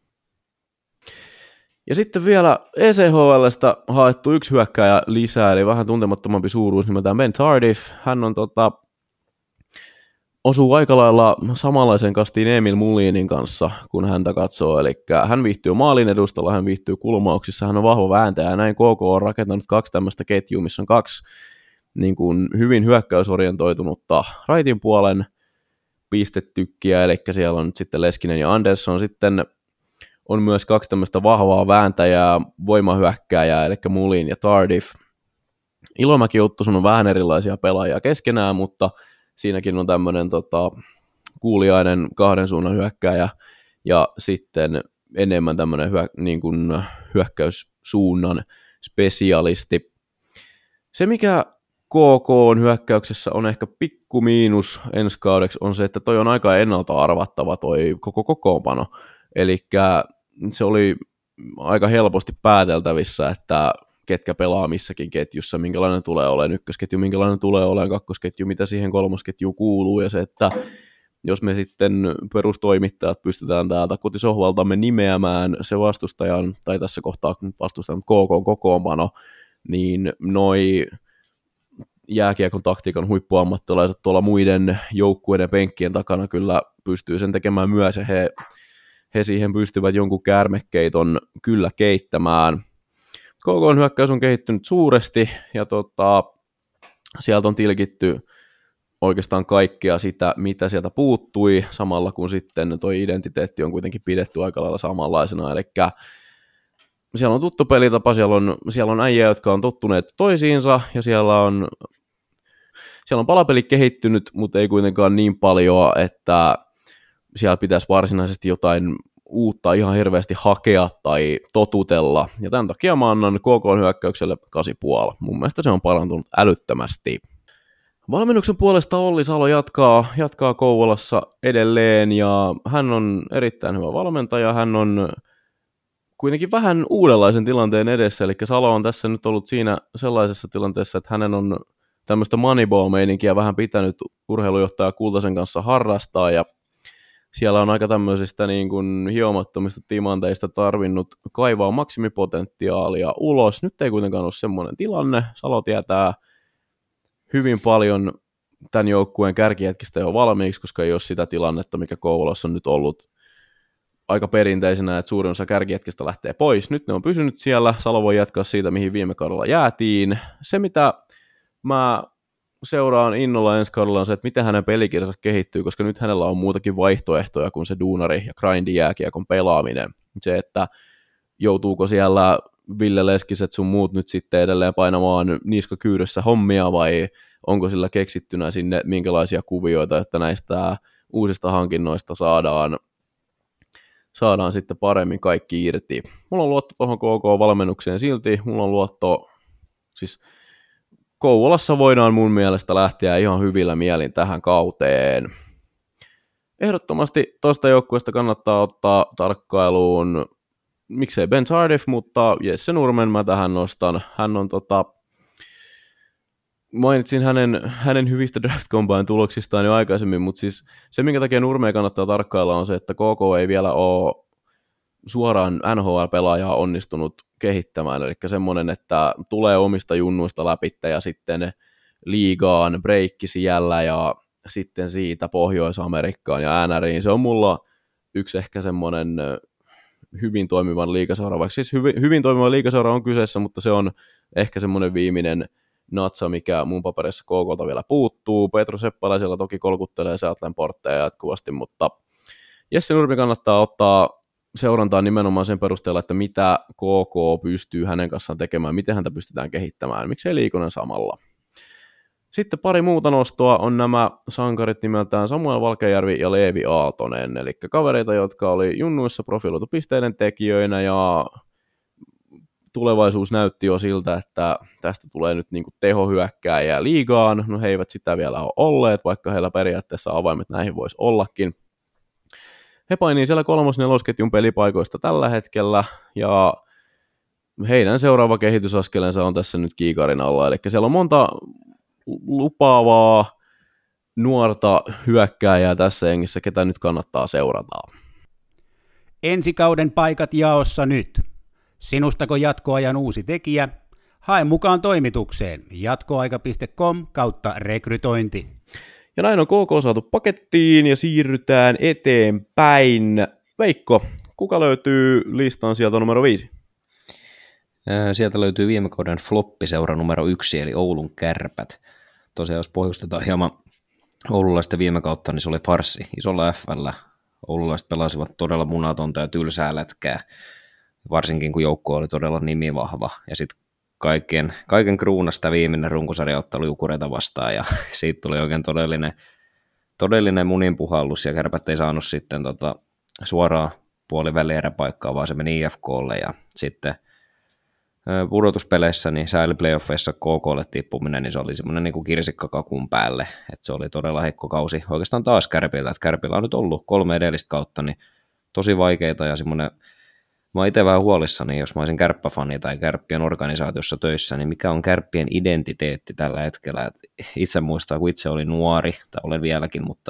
Ja sitten vielä E C H L:stä haettu yksi hyökkääjä lisää, eli vähän tuntemattomampi suuruus nimeltään Ben Tardif. Hän on tota, osuu aika lailla samanlaiseen kastiin Emil Mulinin kanssa, kun häntä katsoo. Eli hän viihtyy maalin edustalla, hän viihtyy kulmauksissa, hän on vahva vääntäjä, ja näin K K on rakentanut kaksi tämmöistä ketjua, missä on kaksi niin kuin hyvin hyökkäysorientoitunutta raitin puolen pistetykkiä, eli siellä on nyt sitten Leskinen ja Andersson, sitten on myös kaksi tämmöistä vahvaa vääntäjää, voimahyökkääjää, eli Mulin ja Tardif. Ilomäki Uttuson on vähän erilaisia pelaajia keskenään, mutta siinäkin on tämmöinen tota, kuuliainen kahden suunnan hyökkääjä ja sitten enemmän tämmöinen hyö, niin kuin hyökkäyssuunnan spesialisti. Se, mikä K K on hyökkäyksessä on ehkä pikku miinus ensi kaudeksi, on se, että toi on aika ennalta arvattava toi koko kokoonpano. Eli se oli aika helposti pääteltävissä, että ketkä pelaa missäkin ketjussa, minkälainen tulee olemaan ykkösketju, minkälainen tulee olemaan kakkosketju, mitä siihen kolmosketjuun kuuluu, ja se, että jos me sitten perustoimittajat pystytään täältä kotisohvaltamme nimeämään se vastustajan, tai tässä kohtaa vastustajan K K:n kokoonpano, niin noi jääkiekon taktiikan huippuammattilaiset tuolla muiden joukkueiden penkkien takana kyllä pystyy sen tekemään myös, ja he, he siihen pystyvät jonkun käärmekeiton kyllä keittämään. K K:n hyökkäys on kehittynyt suuresti, ja tota, sieltä on tilkitty oikeastaan kaikkea sitä, mitä sieltä puuttui, samalla kun sitten tuo identiteetti on kuitenkin pidetty aika lailla samanlaisena, eli siellä on tuttu pelitapa, siellä on, siellä on äijä, jotka on tottuneet toisiinsa, ja siellä on, siellä on palapeli kehittynyt, mutta ei kuitenkaan niin paljon, että siellä pitäisi varsinaisesti jotain uutta ihan hirveästi hakea tai totutella, ja tämän takia mä annan K K:n hyökkäykselle kahdeksan pilkku viisi. Mun mielestä se on parantunut älyttömästi. Valmennuksen puolesta Olli Salo jatkaa, jatkaa Kouvolassa edelleen, ja hän on erittäin hyvä valmentaja, hän on kuitenkin vähän uudenlaisen tilanteen edessä, eli Salo on tässä nyt ollut siinä sellaisessa tilanteessa, että hänen on tämmöistä moneyball-meininkiä vähän pitänyt urheilujohtaja Kultasen kanssa harrastaa, ja siellä on aika tämmöisistä niin kuin hiomattomista timanteista tarvinnut kaivaa maksimipotentiaalia ulos. Nyt ei kuitenkaan ole semmoinen tilanne. Salo tietää hyvin paljon tämän joukkueen kärkihetkistä jo valmiiksi, koska ei ole sitä tilannetta, mikä Kouvolassa on nyt ollut aika perinteisenä, että suurin osa kärkihetkistä lähtee pois. Nyt ne on pysynyt siellä. Salo voi jatkaa siitä, mihin viime kaudella jäätiin. Se, mitä mä seuraan innolla ensi kaudella on se, että miten hänen pelikirjansa kehittyy, koska nyt hänellä on muutakin vaihtoehtoja kuin se duunari ja grindi jääkiekon pelaaminen. Se, että joutuuko siellä Ville Leskiset sun muut nyt sitten edelleen painamaan niskakyydessä hommia, vai onko sillä keksittynä sinne minkälaisia kuvioita, että näistä uusista hankinnoista saadaan, saadaan sitten paremmin kaikki irti. Mulla on luotto tuohon K K-valmennukseen silti, mulla on luotto, siis Kouvolassa voidaan mun mielestä lähteä ihan hyvillä mielin tähän kauteen. Ehdottomasti tuosta joukkueesta kannattaa ottaa tarkkailuun, miksei Ben Tardif, mutta Jesse Nurmen mä tähän nostan. Hän on tota, mainitsin hänen, hänen hyvistä draft combine tuloksistaan jo aikaisemmin, mutta siis se, minkä takia Nurmea kannattaa tarkkailla, on se, että K K ei vielä ole suoraan N H L-pelaajaa onnistunut kehittämään, eli semmoinen, että tulee omista junnuista läpi ja sitten liigaan, breikki siellä ja sitten siitä Pohjois-Amerikkaan ja N Riin. Se on mulla yksi ehkä semmoinen hyvin toimivan liigaseura, vaikka siis hyvin, hyvin toimiva liigaseura on kyseessä, mutta se on ehkä semmoinen viimeinen natsa, mikä mun paperissa K K:lta vielä puuttuu. Petru Seppälä siellä toki kolkuttelee Seattlen portteja jatkuvasti, mutta Jesse Nurmi kannattaa ottaa seurantaa nimenomaan sen perusteella, että mitä K K pystyy hänen kanssaan tekemään, miten häntä pystytään kehittämään, miksei Liikonen samalla. Sitten pari muuta nostoa on nämä sankarit nimeltään Samuel Valkejärvi ja Leevi Aaltonen, eli kavereita, jotka oli junnuissa profiloitu pisteiden tekijöinä, ja tulevaisuus näytti jo siltä, että tästä tulee nyt niin kuin tehohyökkääjää liigaan. No he eivät sitä vielä ole olleet, vaikka heillä periaatteessa avaimet näihin voisi ollakin. He painii siellä kolmos-nelosketjun pelipaikoista tällä hetkellä, ja heidän seuraava kehitysaskelensa on tässä nyt kiikarin alla. Eli siellä on monta lupaavaa nuorta hyökkääjää tässä jengissä, ketä nyt kannattaa seurata. Ensi kauden paikat jaossa nyt. Sinustako jatkoajan uusi tekijä? Hae mukaan toimitukseen jatkoaika piste com kautta rekrytointi. Ja näin on K K saatu pakettiin ja siirrytään eteenpäin. Veikko, kuka löytyy listan sieltä numero viisi? Sieltä löytyy viime kauden floppiseura numero yksi, eli Oulun Kärpät. Tosiaan jos pohjustetaan hieman oululaisten viime kautta, niin se oli farssi isolla F:llä. Oululaiset pelasivat todella munatonta ja tylsää lätkää, varsinkin kun joukko oli todella nimivahva. Ja sitten kaiken, kaiken kruunasta viimeinen runkosarjaottelu Jukureita vastaan, ja siitä tuli oikein todellinen, todellinen muninpuhallus, ja Kärpät ei saanut sitten tota, suoraan puolivälieräpaikkaa, vaan se meni I F K:lle, ja sitten pudotuspeleissä, niin sääli playoffeissa K K:lle tippuminen, niin se oli semmoinen niin kuin kirsikka kakun päälle, että se oli todella heikko kausi. Oikeastaan taas Kärpiltä, että Kärpillä on nyt ollut kolme edellistä kautta, niin tosi vaikeita ja semmoinen, mä oon itse vähän huolissani, jos mä olisin kärppäfani tai Kärppien organisaatiossa töissä, niin mikä on Kärppien identiteetti tällä hetkellä. Et itse muistaa, kun itse oli nuori, tai olen vieläkin, mutta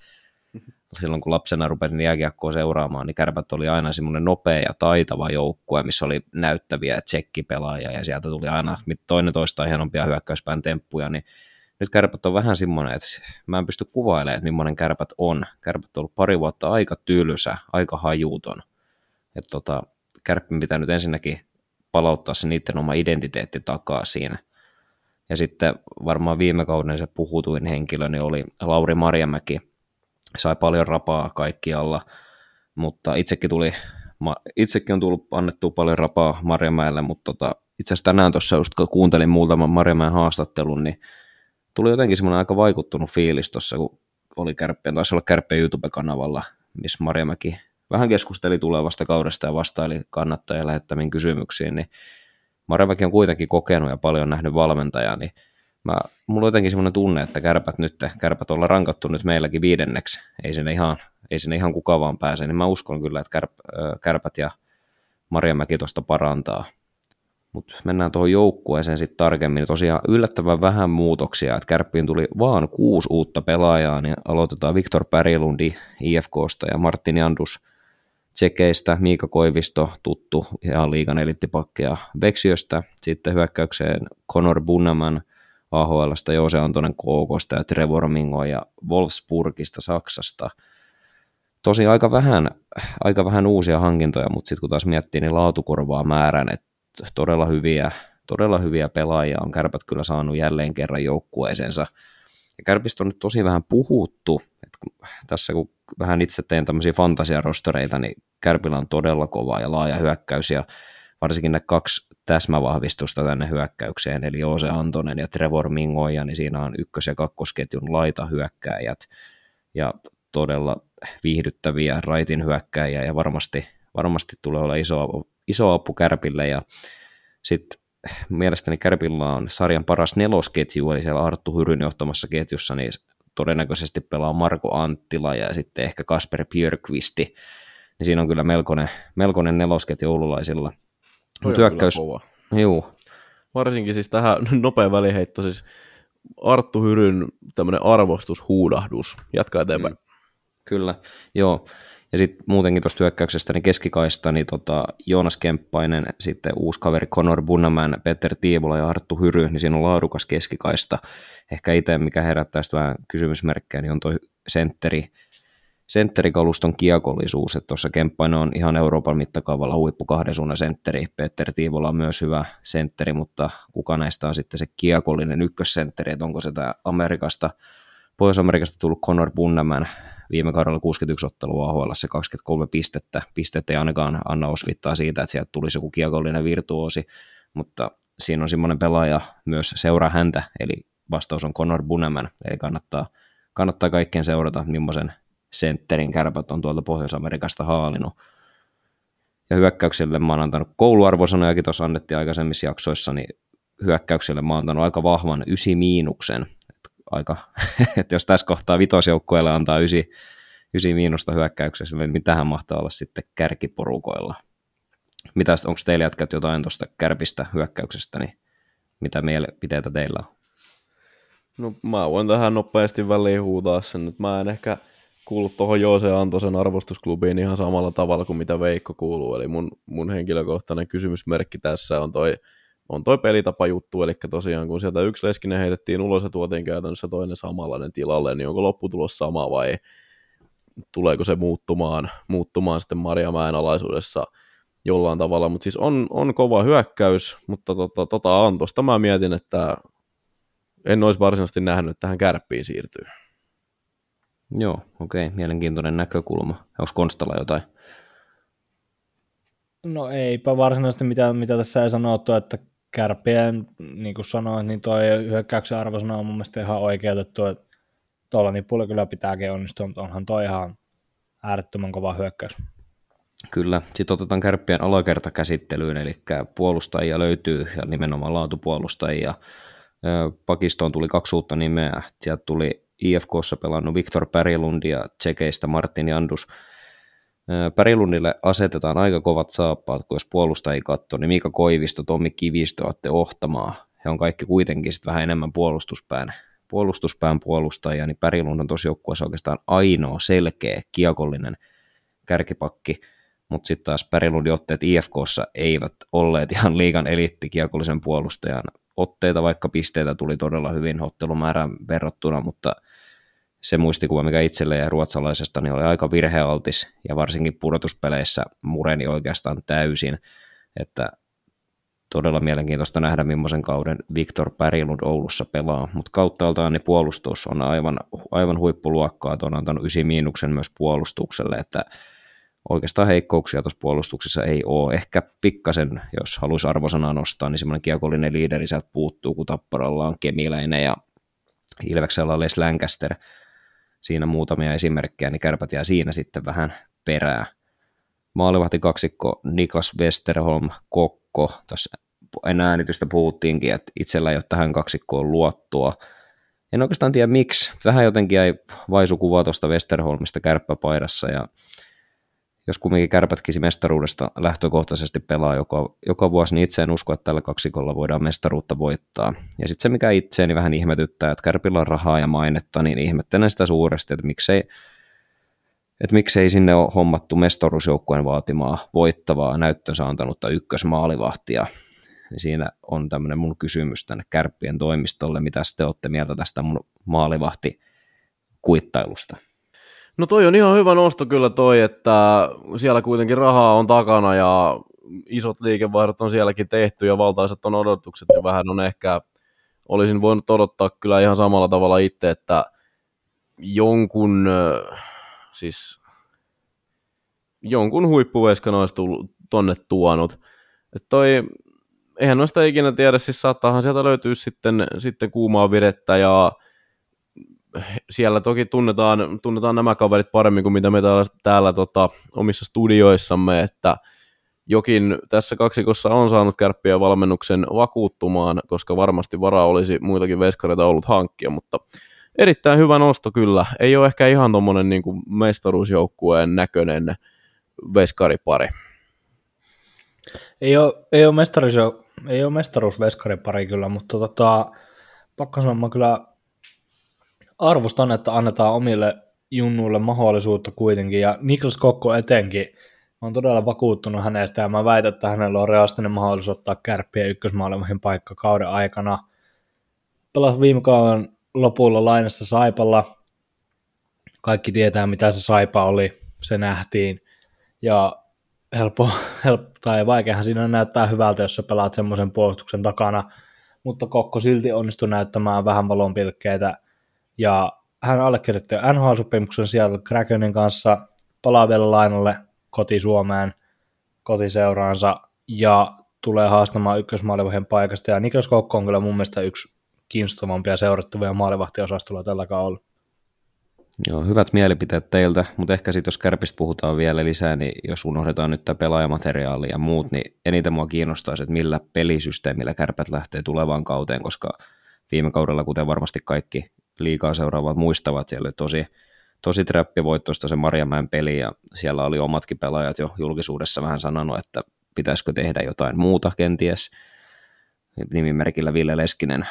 silloin kun lapsena rupesin jääkiekkoa seuraamaan, niin Kärpät oli aina semmoinen nopea ja taitava joukkue, missä oli näyttäviä tsekkipelaajia, ja sieltä tuli aina toinen toista hienompia hyökkäyspään temppuja, niin nyt Kärpät on vähän semmoinen, että mä en pysty kuvailemaan, että millainen Kärpät on. Kärpät on ollut pari vuotta aika tylsä, aika hajuuton. Että tota, Kärppin pitää nyt ensinnäkin palauttaa se niiden oma identiteetti takaa siinä. Ja sitten varmaan viime kauden se puhutuin henkilö niin oli Lauri Marjamäki. Sai paljon rapaa kaikkialla, mutta itsekin, tuli, itsekin on tullut annettua paljon rapaa Marjamäelle, mutta tota, itse asiassa tänään tuossa just kun kuuntelin muutaman Marjamäen haastattelun, niin tuli jotenkin semmoinen aika vaikuttunut fiilis tuossa, kun oli Kärppien, taisi olla Kärppien YouTube-kanavalla, missä Marjamäki vähän keskusteli tulevasta kaudesta ja vastaili kannattajien lähettämiin kysymyksiin, niin Marjamäki on kuitenkin kokenut ja paljon nähnyt valmentajaa, niin Mä, mulla on jotenkin semmoinen tunne, että kärpät nyt, kärpät ollaan rankattu nyt meilläkin viidenneksi, ei sinne ihan, ei sinne ihan kuka vaan pääse, niin mä uskon kyllä, että kärp, kärpät ja Marjamäki tuosta parantaa. Mutta mennään tuohon joukkueeseen sitten tarkemmin, tosiaan yllättävän vähän muutoksia, että Kärppiin tuli vaan kuusi uutta pelaajaa, niin aloitetaan Viktor Pärilundi I F K:sta ja Martin Jandus Tsekeistä, Miika Koivisto, tuttu ihan liigan elittipakkeja Veksiöstä, sitten hyökkäykseen Conor Bunnaman A H L:stä, Joose Antonen K K:sta ja Trevor Mingo ja Wolfsburgista Saksasta. Tosi aika vähän, aika vähän uusia hankintoja, mutta sitten kun taas miettii, niin laatu korvaa määrän, että todella hyviä, todella hyviä pelaajia on Kärpät kyllä saanut jälleen kerran joukkueeseensa. Ja Kärpistä on nyt tosi vähän puhuttu, että tässä kun vähän itse teen tämmöisiä fantasiarostereita, niin Kärpillä on todella kova ja laaja hyökkäys, ja varsinkin ne kaksi täsmävahvistusta tänne hyökkäykseen, eli Joose Antonen ja Trevor Mingoja, niin siinä on ykkös- ja kakkosketjun laitahyökkääjät, ja todella viihdyttäviä raitin hyökkääjiä, ja varmasti, varmasti tulee olla iso, iso apu Kärpille, ja sitten mielestäni Kärpillä on sarjan paras nelosketju, eli siellä Arttu Hyryn johtamassa ketjussa, niin todennäköisesti pelaa Marko Anttila ja sitten ehkä Kasper Björkvisti, niin siinä on kyllä melkoinen, melkoinen nelosketju oululaisilla. Hyökkäys. Juu. Varsinkin siis tähän nopea väliheitto, siis Arttu Hyryn tämmöinen arvostushuudahdus. Jatka eteenpäin. Mm. Kyllä, joo. Ja sitten muutenkin tuosta hyökkäyksestä niin keskikaista, niin tota, Joonas Kemppainen, sitten uusi kaveri Conor Bunnaman, Peter Tiivola ja Arttu Hyry, niin siinä on laadukas keskikaista. Ehkä itse, mikä herättää sitä vähän kysymysmerkkejä, niin on tuo sentteri, sentterikaluston kiekollisuus, että tuossa Kemppainen on ihan Euroopan mittakaavalla huippu kahden suunnan sentteri, Peter Tiivola on myös hyvä sentteri, mutta kuka näistä on sitten se kiekollinen ykkössentteri, että onko se tämä Amerikasta, Pohjois-Amerikasta tullut Conor Bunnaman, viime kaudella kuusikymmentäyksi ottelua A H L:ssä kaksikymmentäkolme pistettä, pistettä ei ainakaan anna osvittaa siitä, että sieltä tulisi joku kiekollinen virtuoosi, mutta siinä on semmoinen pelaaja myös seuraa häntä, eli vastaus on Connor Bunnaman, eli kannattaa, kannattaa kaikkien seurata, millaisen sentterin Kärpät on tuolta Pohjois-Amerikasta haalinut. Ja hyökkäykselle mä oon antanut kouluarvosanojakin, tuossa annettiin aikaisemmissa jaksoissa, niin hyökkäykselle mä oon antanut aika vahvan ysi miinuksen. Aika, että jos tässä kohtaa vitosjoukkueelle antaa ysi, ysi miinusta hyökkäyksessä, niin mitähän mahtaa olla sitten kärkiporukoilla. Mitäs, onko teillä jätkät jotain tuosta Kärpistä hyökkäyksestä, niin mitä mielipiteitä teillä on? No mä voin tähän nopeasti väliin huutaa sen, että mä en ehkä kuulu tuohon Joose Antosen arvostusklubiin ihan samalla tavalla kuin mitä Veikko kuuluu, eli mun, mun henkilökohtainen kysymysmerkki tässä on toi, on toi pelitapa juttu, eli tosiaan kun sieltä yksi Leskinen heitettiin ulos ja tuotiin käytännössä toinen samanlainen tilalle, niin onko lopputulos sama vai tuleeko se muuttumaan, muuttumaan sitten Marjamäen alaisuudessa jollain tavalla, mutta siis on, on kova hyökkäys, mutta tota, tota Antosta mä mietin, että en olisi varsinaisesti nähnyt, että tähän Kärppiin siirtyy. Joo, okei, mielenkiintoinen näkökulma. Onko Konstalla jotain? No eipä varsinaisesti mitään, mitä tässä ei sanottu, että Kärppien, niin kuin sanoin, niin toi hyökkäyksen arvosana on mun mielestä ihan oikeutettu, että tuolla nipulla kyllä pitääkin onnistua, mutta onhan toi ihan äärettömän kova hyökkäys. Kyllä, sitten otetaan Kärppien alakertakäsittelyyn, eli puolustajia löytyy ja nimenomaan laatupuolustajia. Pakistoon tuli kaksi uutta nimeä, sieltä tuli I F K:ssa pelannut Viktor Pärilund ja Tsekeistä Martin Jandus. Pärilundille asetetaan aika kovat saappaat, kun jos puolustajia katsoo, niin Miika Koivisto, Tommi Kivistö, Atte Ohtamaa. He on kaikki kuitenkin sit vähän enemmän puolustuspään, puolustuspään puolustajia, niin Pärilund on tosi joukkueessa oikeastaan ainoa selkeä kiekollinen kärkipakki, mutta sitten taas Pärilundin otteet I F K:ssa eivät olleet ihan liigan eliittikiekollisen puolustajan otteita, vaikka pisteitä tuli todella hyvin ottelumäärään verrattuna, mutta se muistikuva, mikä itselle ja ruotsalaisesta, niin oli aika virhealtis, ja varsinkin pudotuspeleissä mureni oikeastaan täysin, että todella mielenkiintoista nähdä, millaisen kauden Viktor Pärilund Oulussa pelaa, mutta kauttaaltaan niin puolustus on aivan, aivan huippuluokkaa, että on antanut ysi miinuksen myös puolustukselle, että oikeastaan heikkouksia tuossa puolustuksessa ei ole. Ehkä pikkasen, jos haluaisi arvosanaa nostaa, niin semmoinen kiekollinen liideri sieltä puuttuu, kun Tapparalla on Kemiläinen ja Ilveksellä on Les Lancaster. Siinä muutamia esimerkkejä, niin Kärpät jää siinä sitten vähän perää. Maalivahti kaksikko Niklas Westerholm, Kokko. Tässä ennen äänitystä puhuttiinkin, että itsellä ei ole tähän kaksikkoon luottoa. En oikeastaan tiedä miksi. Vähän jotenkin jäi vaisu kuva tuosta Westerholmista kärppäpaidassa ja jos kumminkin Kärpätkin mestaruudesta lähtökohtaisesti pelaa joka, joka vuosi, niin itse en usko, että tällä kaksikolla voidaan mestaruutta voittaa. Ja sitten se, mikä itseäni vähän ihmetyttää, että Kärpillä on rahaa ja mainetta, niin ihmettelen sitä suuresti, että miksei, että miksei sinne ole hommattu mestaruusjoukkueen vaatimaa voittavaa näyttönsä antanutta ykkösmaalivahtia. Siinä on tämmöinen mun kysymys tänne Kärppien toimistolle, mitä te olette mieltä tästä mun maalivahti-kuittailusta? No toi on ihan hyvä nosto kyllä toi, että siellä kuitenkin rahaa on takana ja isot liikevaihdot on sielläkin tehty ja valtaiset on odotukset, niin vähän on ehkä, olisin voinut odottaa kyllä ihan samalla tavalla itse, että jonkun, siis jonkun huippuveskan olisi tullut tonne tuonut. Että toi, eihän noista ikinä tiedä, siis saattaahan sieltä löytyä sitten, sitten kuumaa virettä ja siellä toki tunnetaan, tunnetaan nämä kaverit paremmin kuin mitä me täällä, täällä tota, omissa studioissamme, että jokin tässä kaksikossa on saanut Kärppien valmennuksen vakuuttumaan, koska varmasti varaa olisi muitakin veskareita ollut hankkia, mutta erittäin hyvä nosto kyllä. Ei ole ehkä ihan tommonen niin kuin mestaruusjoukkueen näköinen veskaripari. Ei ole, ei ole, mestaruus, ei ole mestaruusveskaripari kyllä, mutta tota, pakko sanoa, mä kyllä arvostan, että annetaan omille junnuille mahdollisuutta kuitenkin, ja Niklas Kokko etenkin, mä oon todella vakuuttunut hänestä, ja mä väitän, että hänellä on realistinen mahdollisuus ottaa Kärppien ykkösmaalivahdin paikka kauden aikana. Pelasi viime kauden lopulla lainassa Saipalla, kaikki tietää, mitä se Saipa oli, se nähtiin, ja helppo, helppo tai vaikeahan siinä näyttää hyvältä, jos sä pelaat semmoisen puolustuksen takana, mutta Kokko silti onnistui näyttämään vähän valonpilkkeitä, ja hän allekirjoitti N H L-sopimuksen sieltä Krakenin kanssa, palaa vielä lainalle koti-Suomeen, kotiseuraansa, ja tulee haastamaan ykkösmaalivahdin paikasta, ja Niklas Kokko on kyllä mun mielestä yksi kiinnostavampia seurattavia maalivahtiosastolla tällä kaudella. Joo, hyvät mielipiteet teiltä, mutta ehkä sitten jos Kärpistä puhutaan vielä lisää, niin jos unohdetaan nyt tämä pelaajamateriaali ja muut, niin eniten mua kiinnostaisi, että millä pelisysteemillä Kärpät lähtee tulevaan kauteen, koska viime kaudella, kuten varmasti kaikki liigaa seuraavat muistavat, siellä oli tosi, tosi trappivoittoista se Marjamäen peli, ja siellä oli omatkin pelaajat jo julkisuudessa vähän sanonut, että pitäisikö tehdä jotain muuta kenties. Nimimerkillä Ville Leskinen.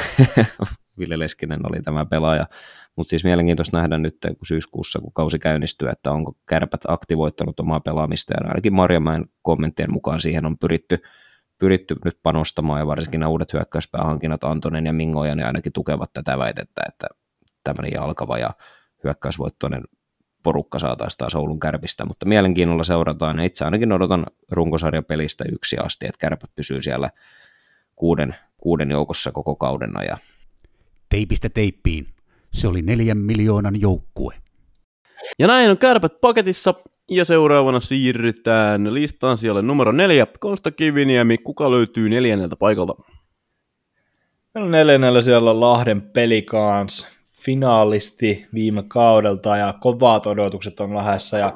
Ville Leskinen oli tämä pelaaja. Mutta siis mielenkiintoista nähdä nyt, kun syyskuussa, kun kausi käynnistyy, että onko Kärpät aktivoittanut omaa pelaamista, ja ainakin Marjamäen kommenttien mukaan siihen on pyritty, pyritty nyt panostamaan, ja varsinkin nämä uudet hyökkäyspäähankinnat Antonen ja Mingoja, ne ainakin tukevat tätä väitettä, että tämmöinen jalkava ja hyökkäysvoittoinen porukka saataisiin taas Oulun Kärpistä, mutta mielenkiinnolla seurataan, ja itse ainakin odotan runkosarjapelistä yksi asti, että Kärpät pysyy siellä kuuden, kuuden joukossa koko kauden ajan. Teipistä teippiin. Se oli neljän miljoonan joukkue. Ja näin on Kärpät paketissa, ja seuraavana siirrytään listaan siellä numero neljä, Konsta Kiviniemi. Kuka löytyy neljänneltä paikalta? Meillä on neljännellä siellä Lahden Pelicans, finaalisti viime kaudelta, ja kovat odotukset on Lahdessa. Ja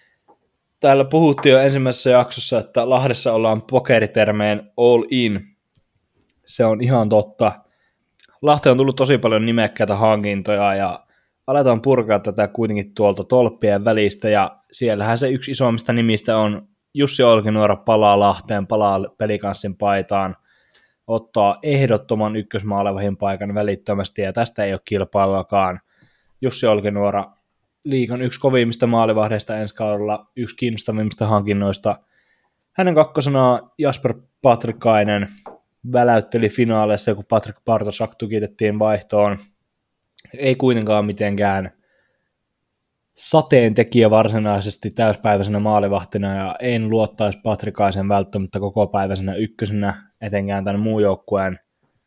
täällä puhuttiin jo ensimmäisessä jaksossa, että Lahdessa ollaan pokeritermeen all in. Se on ihan totta. Lahteen on tullut tosi paljon nimekkäitä hankintoja, ja aletaan purkaa tätä kuitenkin tuolta tolppien välistä, ja siellähän se yksi isommista nimistä on Jussi Olkinuora palaa Lahteen, palaa Pelicansin paitaan, ottaa ehdottoman ykkösmaalevahin paikan välittömästi, ja tästä ei ole kilpailuakaan. Jussi Olkinuora, liigan yksi kovimmista maalivahdeista ensi kaudella, yksi kiinnostavimmista hankinnoista. Hänen kakkosena Jasper Patrikainen väläytteli finaaleissa, kun Patrik Bartosak tukitettiin vaihtoon. Ei kuitenkaan mitenkään sateentekijä varsinaisesti täyspäiväisenä maalivahtina, ja en luottaisi Patrikaisen välttämättä kokopäiväisenä ykkösenä, etenkään tämän muun joukkueen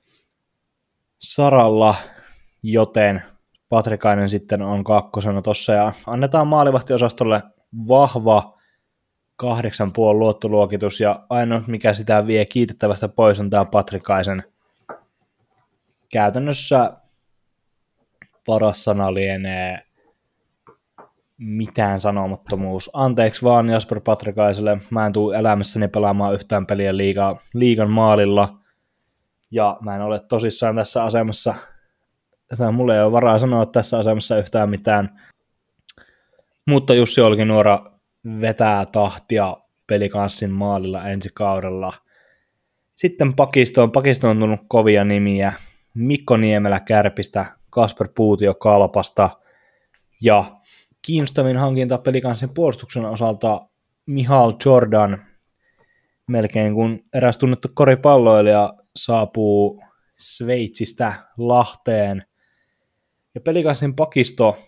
saralla, joten Patrikainen sitten on kakkosena tossa, ja annetaan maalivahtiosastolle vahva kahdeksan pilkku viisi luottoluokitus, ja ainoa mikä sitä vie kiitettävästä pois on tämä Patrikaisen. Käytännössä paras sana lienee mitään sanomattomuus. Anteeksi vaan Jasper Patrikaiselle, mä en tule elämässäni pelaamaan yhtään peliä liiga, liigan maalilla, ja mä en ole tosissaan tässä asemassa, mulla ei ole varaa sanoa tässä asemassa yhtään mitään, mutta Jussi Olkinuora vetää tahtia Pelicansin maalilla ensi kaudella. Sitten pakistoon, pakistoon on tullut kovia nimiä, Mikko Niemelä Kärpistä, Kasper Puutio Kalpasta, ja kiinnostavin hankinta Pelicansin puolustuksen osalta Mihail Jordan, melkein kun eräs tunnettu koripalloilija saapuu Sveitsistä Lahteen. Ja Pelicansin pakisto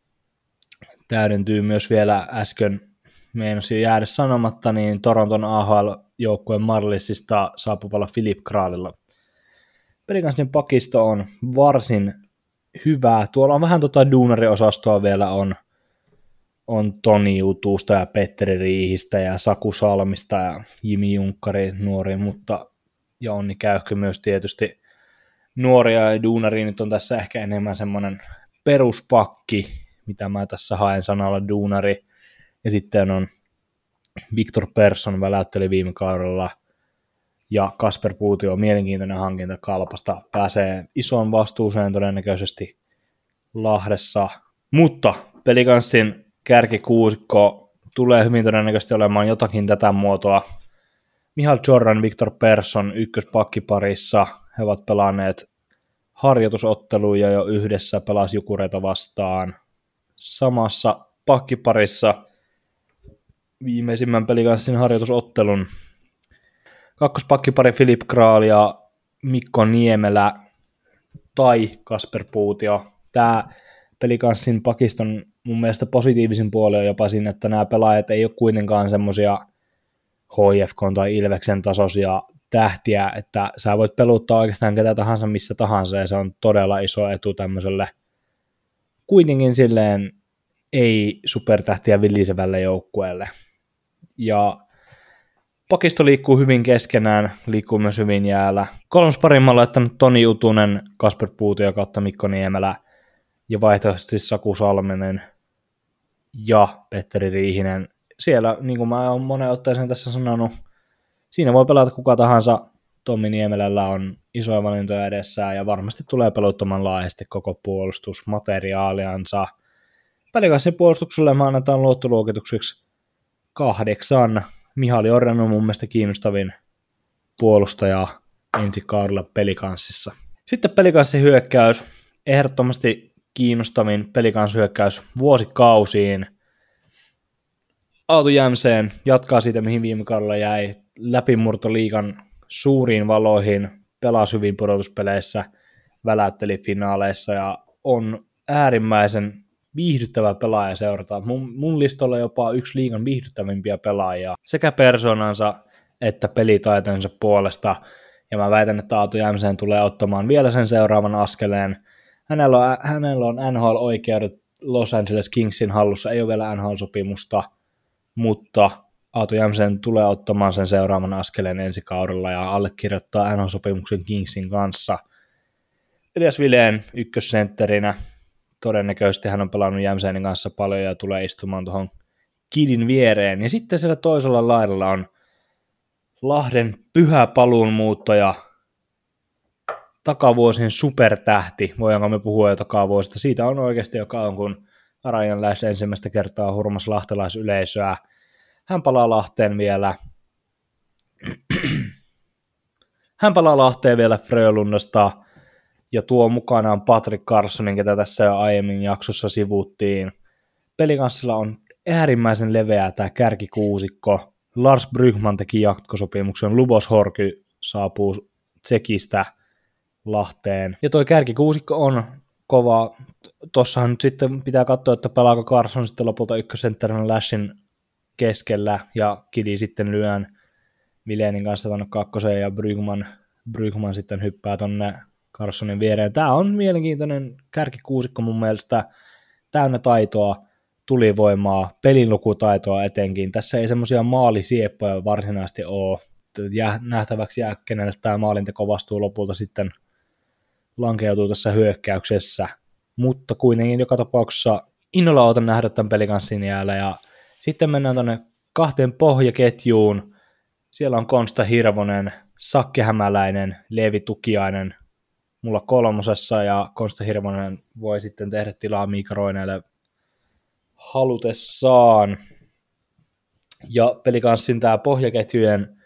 täydentyy myös vielä äsken, meinasi jäädä sanomatta, niin Toronton A H L-joukkueen Marlissista saapuvalla Philip Kraalilla. Pelicansin pakisto on varsin hyvää. Tuolla on vähän tota duunariosastoa vielä, on, on Toni Jutusta ja Petteri Riihistä ja Saku Salmista ja Jimi Junkkari nuori, mutta ja Onni Käyhkö myös tietysti nuoria, ja duunari nyt on tässä ehkä enemmän semmoinen peruspakki, mitä mä tässä haen sanalla duunari, ja sitten on Victor Persson väläytteli viime kaudella, ja Kasper Puutio on mielenkiintoinen hankinta Kalpasta, pääsee isoon vastuuseen todennäköisesti Lahdessa, mutta Pelicansin kärkikuusikko tulee hyvin todennäköisesti olemaan jotakin tätä muotoa. Mihail Jordan, Victor Persson ykköspakkiparissa, he ovat pelanneet harjoitusotteluja jo yhdessä, pelasi Jukureita vastaan samassa pakkiparissa viimeisimmän Pelicansin harjoitusottelun. Kakkospakkipari Philip Kraal ja Mikko Niemelä tai Kasper Puutio. Tämä Pelicansin pakiston mun mielestä positiivisin puoli on jopa siinä, että nämä pelaajat ei ole kuitenkaan semmoisia H F K tai Ilveksen tasoisia tähtiä, että sä voit peluttaa oikeastaan ketä tahansa missä tahansa, ja se on todella iso etu tämmöiselle kuitenkin silleen ei supertähtiä villisevälle joukkueelle. Ja Pakisto liikkuu hyvin keskenään, liikkuu myös hyvin jäällä. Kolmas parin on laittanut Toni Utunen, Kasper Puutio kautta Mikko Niemelä ja vaihtoehtoisesti Saku Salminen ja Petteri Riihinen. Siellä, niin kuin mä oon monen otteeseen tässä sanonut, siinä voi pelata kuka tahansa. Tommi Niemelällä on isoja valintoja edessään ja varmasti tulee peluttamaan laajasti koko puolustusmateriaaliansa. Pelikansin puolustukselle me annetaan luottoluokituksiksi kahdeksan. Mihali Orjan on mun mielestä kiinnostavin puolustaja ensi kaudella Pelikanssissa. Sitten Pelikanssin hyökkäys. Ehdottomasti kiinnostavin Pelikanssin hyökkäys vuosikausiin. Aatu Jämseen jatkaa siitä, mihin viime kaudella jäi. Läpimurto liigan suuriin valoihin, pelasi hyvin pudotuspeleissä, väläytteli finaaleissa ja on äärimmäisen viihdyttävä pelaaja seurata. Mun, mun listalla jopa yksi liigan viihdyttävimpiä pelaajia sekä persoonansa että pelitaitojensa puolesta. Ja mä väitän, että Aatu Jämseen tulee ottamaan vielä sen seuraavan askeleen. Hänellä on, hänellä on N H L-oikeudet Los Angeles Kingsin hallussa, ei ole vielä N H L-sopimusta, mutta Aatu Jämseen tulee ottamaan sen seuraavan askeleen ensi kaudella ja allekirjoittaa N H L-sopimuksen Kingsin kanssa. Elias Vilén ykkössentterinä. Todennäköisesti hän on pelannut Jämseenin kanssa paljon ja tulee istumaan tuohon Kidin viereen. Ja sitten siellä toisella laidalla on Lahden pyhä paluunmuuttoja, takavuosien supertähti, voidaanko me puhua jo takavuosista. Siitä on oikeasti jo kauan, kun Ryan Lash ensimmäistä kertaa hurmas lahtelaisyleisöä. Hän palaa Lahteen vielä. Hän palaa Lahteen vielä Frölundasta ja tuo mukanaan Patrick Carsonin, ketä tässä jo aiemmin jaksossa sivuttiin. Pelikanssilla on äärimmäisen leveä tämä kärkikuusikko. Lars Brygman teki jatkosopimuksen, Lubos Horky saapuu Tsekistä Lahteen. Ja tuo kärkikuusikko on kova. Tossahan nyt sitten pitää katsoa, että pelaako Carson sitten lopulta ykkösentterinä Lashin keskellä ja Kidi sitten lyön Vilénin kanssa tuonne kakkoseen ja Brygman, Brygman sitten hyppää tuonne Carsonin viereen. Tämä on mielenkiintoinen kärkikuusikko mun mielestä, täynnä taitoa, tulivoimaa, pelinlukutaitoa etenkin. Tässä ei semmoisia maalisieppoja varsinaisesti ole. Jää, nähtäväksi jää, kenelle tämä maalinteko vastuu lopulta sitten lankeutuu tässä hyökkäyksessä. Mutta kuitenkin joka tapauksessa innolla odotan nähdä tämän Pelikanssin jäällä. Ja sitten mennään tuonne kahteen pohjaketjuun. Siellä on Konsta Hirvonen, Sakke Hämäläinen, Leevi Tukiainen mulla kolmosessa, ja Konsta Hirvonen voi sitten tehdä tilaa Miika Roineelle halutessaan. Ja Pelikanssin tämä pohjaketjujen,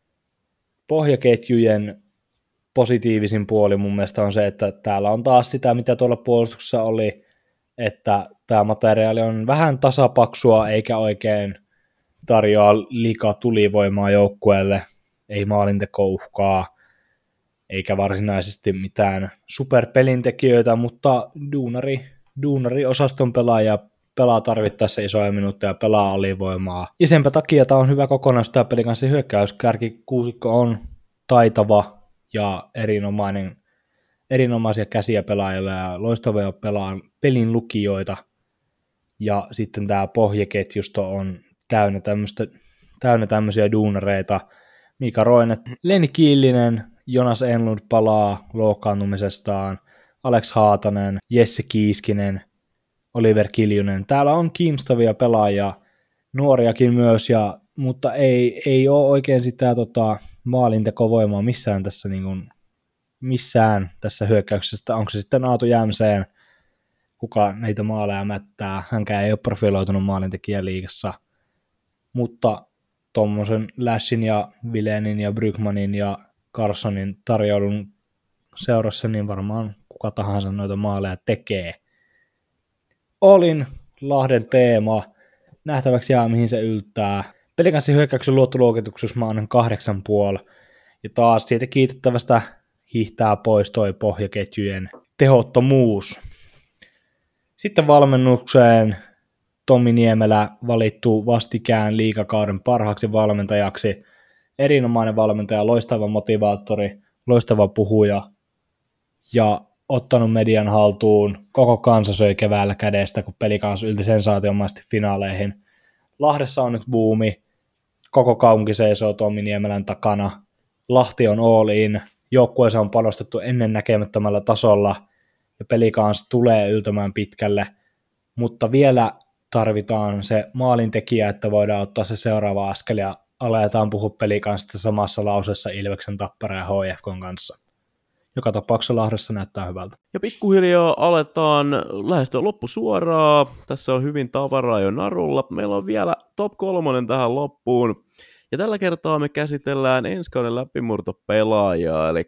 pohjaketjujen positiivisin puoli mun mielestä on se, että täällä on taas sitä, mitä tuolla puolustuksessa oli, että tämä materiaali on vähän tasapaksua, eikä oikein tarjoa liikaa tulivoimaa joukkueelle, ei maalintekouhkaa, eikä varsinaisesti mitään superpelintekijöitä, mutta duunari, duunari-osaston pelaaja pelaa tarvittaessa isoja minuutteja, pelaa alivoimaa. Ja senpä takia tämä on hyvä kokonaisuus, tämä Pelikanssin hyökkäys. Kärkikuusikko on taitava ja erinomainen, erinomaisia käsiä pelaajilla ja loistavia pelaa, pelin lukijoita. Ja sitten tämä pohjaketjusto on täynnä, tämmöistä, täynnä tämmöisiä duunareita. Miika Roine, Leni Kiillinen, Jonas Enlund palaa loukkaantumisestaan, Alex Haatanen, Jesse Kiiskinen, Oliver Kiljunen. Täällä on kiinnostavia pelaajia, nuoriakin myös, ja, mutta ei, ei ole oikein sitä tota, maalintekovoimaa missään tässä, niin kuin, missään tässä hyökkäyksessä. Onko se sitten Aatu Jämseen, kuka niitä maaleja mättää. Hänkään ei ole profiloitunut maalintekijä liigassa, mutta tuommoisen Lashin ja Vilénin ja Brygmanin ja Carsonin tarjoudun seurassa, niin varmaan kuka tahansa noita maaleja tekee. Olin Lahden teema. Nähtäväksi jää, mihin se yltää. Pelikanssin hyökkäyksen luottoluokituksessa mä annan kahdeksan puoli. Ja taas siitä kiitettävästä hiihtää pois toi pohjaketjujen tehottomuus. Sitten valmennukseen Tommi Niemelä valittu vastikään liigakauden parhaaksi valmentajaksi. Erinomainen valmentaja, loistava motivaattori, loistava puhuja ja ottanut median haltuun. Koko kansa söi keväällä kädestä, kun Pelikans ylti sensaatiomaisesti finaaleihin. Lahdessa on nyt buumi. koko kaupunki seisoo Tommi Niemelän takana. Lahti on all in, joukkueeseen on panostettu ennen näkemättömällä tasolla, ja peli kanssa tulee yltämään pitkälle, mutta vielä tarvitaan se maalintekijä, että voidaan ottaa se seuraava askel, ja aletaan puhua peli kanssa samassa lauseessa Ilveksen, Tappara ja H F K:n kanssa. Joka tapauksessa Lahdessa näyttää hyvältä. Ja pikkuhiljaa aletaan lähestyä loppusuoraa. Tässä on hyvin tavaraa jo narulla. Meillä on vielä top kolmonen tähän loppuun. Ja tällä kertaa me käsitellään ensi kauden läpimurtopelaajaa. Eli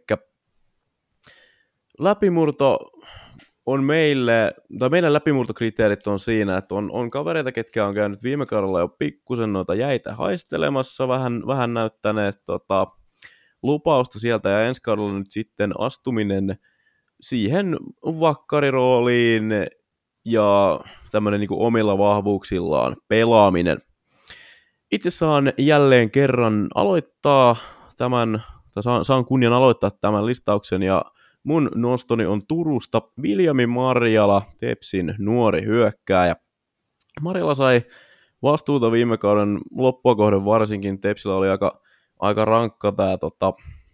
läpimurto on meille, tai meidän läpimurtokriteerit on siinä, että on, on kavereita, ketkä on käynyt viime kaudella jo pikkusen noita jäitä haistelemassa, vähän, vähän näyttäneet tota, lupausta sieltä, ja ensi kaudella nyt sitten astuminen siihen vakkarirooliin ja tämmöinen niin kuin omilla vahvuuksillaan pelaaminen. Itse saan jälleen kerran aloittaa tämän, tai saan, saan kunnian aloittaa tämän listauksen, ja mun nostoni on Turusta Viljami Marjala, Tepsin nuori hyökkääjä. Marjala sai vastuuta viime kauden loppua kohden varsinkin. Tepsillä oli aika, aika rankka tää, tota,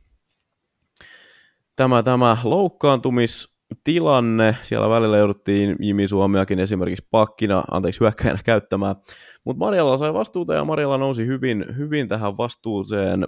tämä, tämä loukkaantumistilanne. Siellä välillä jouduttiin Jimi Suomiakin esimerkiksi pakkina, anteeksi hyökkäjänä käyttämään. Mutta Marjala sai vastuuta ja Marjala nousi hyvin, hyvin tähän vastuuseen.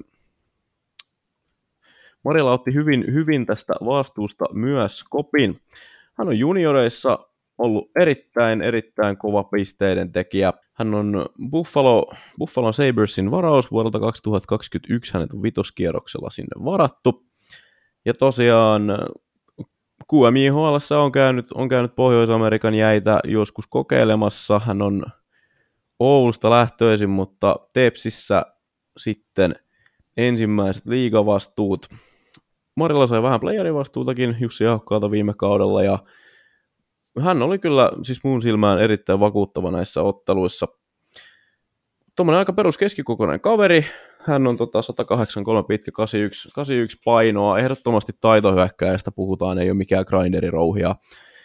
Marjala otti hyvin, hyvin tästä vastuusta myös kopin. Hän on junioreissa ollut erittäin, erittäin kova pisteiden tekijä. Hän on Buffalo, Buffalo Sabersin varaus vuodelta kaksituhattakaksikymmentäyksi. Hänet on vitoskierroksella sinne varattu. Ja tosiaan Q M I H L:ssä on käynyt, on käynyt Pohjois-Amerikan jäitä joskus kokeilemassa. Hän on Oulusta lähtöisin, mutta Tepsissä sitten ensimmäiset liigavastuut. Marjala sai vähän playerivastuutakin Jussi Ahokkaalta viime kaudella, ja hän oli kyllä siis mun silmään erittäin vakuuttava näissä otteluissa. Tuommoinen aika perus keskikokoinen kaveri. Hän on tota sata kahdeksankymmentäkolme pitkä, kahdeksankymmentäyksi, kahdeksankymmentäyksi painoa. Ehdottomasti taitohyökkääjästä puhutaan, ei ole mikään grinderirouhia.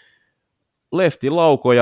Lefti laukoja.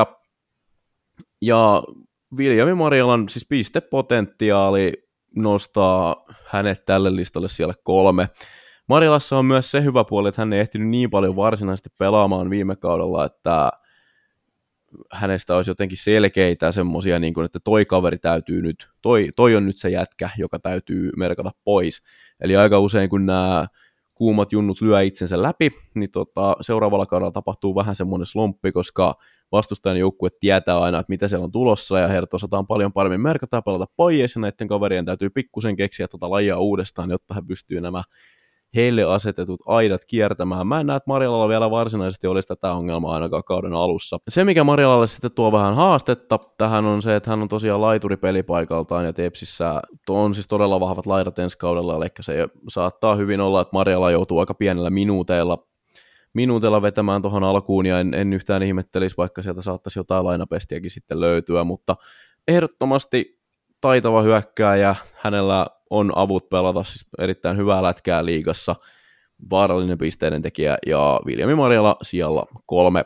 Ja Viljami Marjalan siis pistepotentiaali nostaa hänet tälle listalle siellä kolme. Marjalassa on myös se hyvä puoli, että hän ei ehtinyt niin paljon varsinaisesti pelaamaan viime kaudella, että hänestä olisi jotenkin selkeitä semmoisia, niin kuin, että toi kaveri täytyy nyt, toi, toi on nyt se jätkä, joka täytyy merkata pois. Eli aika usein, kun nämä kuumat junnut lyö itsensä läpi, niin tota, seuraavalla kaudella tapahtuu vähän semmoinen slomppi, koska vastustajan joukkue tietää aina, että mitä siellä on tulossa, ja heidät osataan paljon paremmin merkata ja pelata pois, ja näiden kaverien täytyy pikkusen keksiä tota lajia uudestaan, jotta he pystyy nämä heille asetetut aidat kiertämään. Mä en näe, että Marjalalla vielä varsinaisesti olisi tätä ongelmaa ainakaan kauden alussa. Se, mikä Marjalalle sitten tuo vähän haastetta tähän on se, että hän on tosiaan laituri pelipaikaltaan, ja Tepsissä on siis todella vahvat laidat ensi kaudella, eli se saattaa hyvin olla, että Marjala joutuu aika pienellä minuuteilla, minuuteilla vetämään tuohon alkuun, ja en, en yhtään ihmettelisi, vaikka sieltä saattaisi jotain lainapestiäkin sitten löytyä, mutta ehdottomasti taitava hyökkääjä, hänellä on avut pelata, siis erittäin hyvää lätkää liigassa, vaarallinen pisteiden tekijä, ja Viljami Marjala sijalla kolme.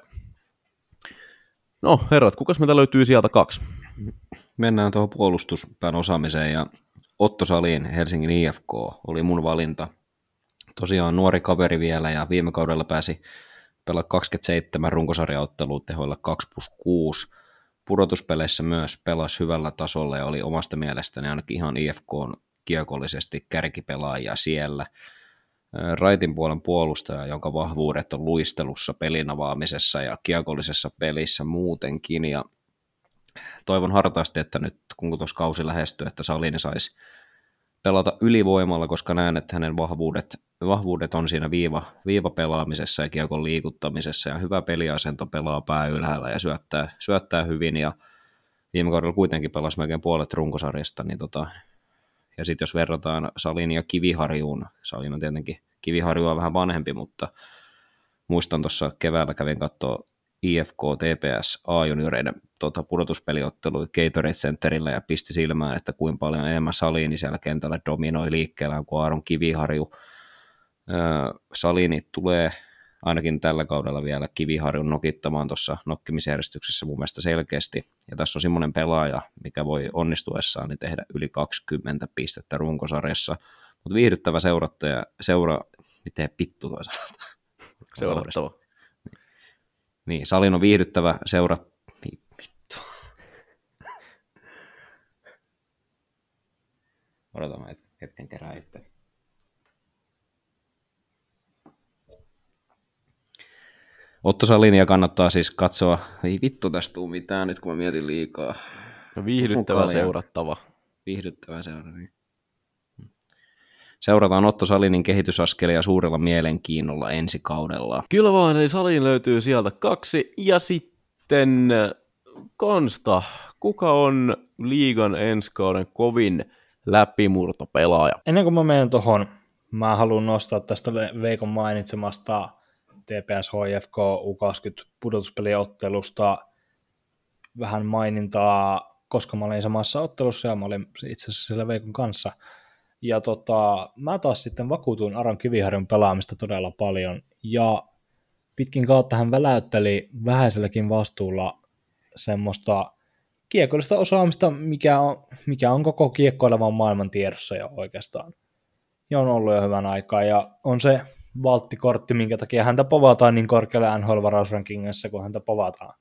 No herrat, kukas meitä löytyy sieltä kaksi? Mennään tuohon puolustuspään osaamiseen, ja Otto Salin Helsingin I F K oli mun valinta. Tosiaan nuori kaveri vielä, ja viime kaudella pääsi pelaa kaksikymmentäseitsemän runkosarjaottelua tehoilla kaksi plus kuusi. Pudotuspeleissä myös pelasi hyvällä tasolla ja oli omasta mielestäni ainakin ihan I F K:n kiekollisesti kärkipelaajia siellä. Raitin puolen puolustaja, jonka vahvuudet on luistelussa, pelin avaamisessa ja kiekollisessa pelissä muutenkin. Ja toivon hartaasti, että nyt kun tuossa kausi lähestyy, että Salini saisi pelata ylivoimalla, koska näen, että hänen vahvuudet, vahvuudet on siinä viiva, viivapelaamisessa ja kiekon liikuttamisessa, ja hyvä peliasento, pelaa pää ylhäällä ja syöttää, syöttää hyvin, ja viime kaudella kuitenkin pelasi melkein puolet runkosarjasta, niin tota, ja sitten jos verrataan Salin ja Kiviharjuun, Salin on tietenkin Kiviharju on vähän vanhempi, mutta muistan tuossa keväällä kävin katsoa I F K T P S A-junioreiden tota, pudotuspeliottelu Gatorade Centerillä ja pisti silmään, että kuinka paljon enemmän Salini siellä kentällä dominoi liikkeellään kuin Aaron Kiviharju. Salini tulee ainakin tällä kaudella vielä Kiviharjun nokittamaan tuossa nokkimisjärjestyksessä mun mielestä selkeästi. Ja tässä on semmoinen pelaaja, mikä voi onnistuessaan niin tehdä yli kaksikymmentä pistettä runkosarjassa. Mutta viihdyttävä seurattaja, seura... Miten pittu toisaalta? Seurattava. Niin, Salin on viihdyttävä seura... Vittu. Odotamme hetken kerää itse. Otto Salinia kannattaa siis katsoa. Ei vittu tästä tuu mitään nyt, kun mä mietin liikaa. No viihdyttävä seurattava. Viihdyttävä seurattava, niin. Seurataan Otto Salinin kehitysaskelia suurella mielenkiinnolla ensi kaudella. Kyllä vaan, eli Salin löytyy sieltä kaksi. Ja sitten Konsta, kuka on liigan ensi kauden kovin läpimurtopelaaja? Ennen kuin mä menen tuohon, mä haluan nostaa tästä Veikon mainitsemasta T P S H F K U kaksikymmentä pudotuspeliottelusta vähän mainintaa, koska mä olin samassa ottelussa ja mä olin itse asiassa siellä Veikon kanssa. Ja tota, mä taas sitten vakuutuin Aron Kiviharjun pelaamista todella paljon, ja pitkin kautta hän väläytteli vähäiselläkin vastuulla semmoista kiekollista osaamista, mikä on, mikä on koko kiekkoilevan maailman tiedossa jo oikeastaan. Ja on ollut jo hyvän aikaa, ja on se valttikortti, minkä takia häntä povataan niin korkealle N H L-varausrankingissa, kun häntä povataan.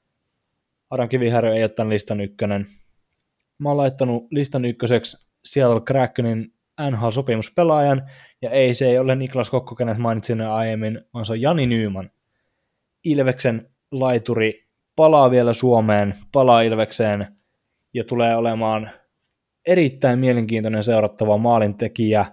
Aron Kiviharju ei ole tämän listan ykkönen. Mä oon laittanut listan ykköseksi Seattle Krakenin N H L-sopimuspelaajan, ja ei se ei ole Niklas Kokko, kenet mainitsin aiemmin, vaan se on Jani Nyman. Ilveksen laituri palaa vielä Suomeen, palaa Ilvekseen, ja tulee olemaan erittäin mielenkiintoinen seurattava maalintekijä.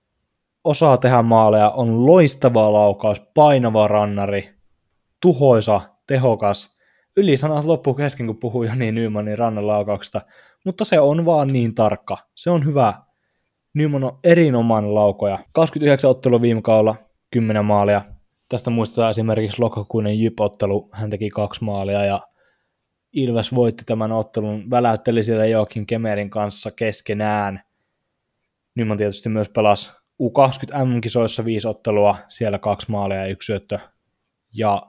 Osaa tehdä maaleja, on loistava laukaus, painava rannari, tuhoisa, tehokas. Ylisanat loppu kesken, kun puhuu Jani Nymanin rannanlaukauksesta, mutta se on vaan niin tarkka. Se on hyvä. Nyman on erinomainen laukoja. kaksikymmentäyhdeksän ottelua viime kaudella, kymmenen maalia. Tästä muistetaan esimerkiksi lokakuinen Jyp-ottelu, hän teki kaksi maalia ja Ilves voitti tämän ottelun, väläytteli siellä Joakim Kemerin kanssa keskenään. Nyman tietysti myös pelasi U kaksikymmentä M-kisoissa viisi ottelua, siellä kaksi maalia ja yksi syöttö. Ja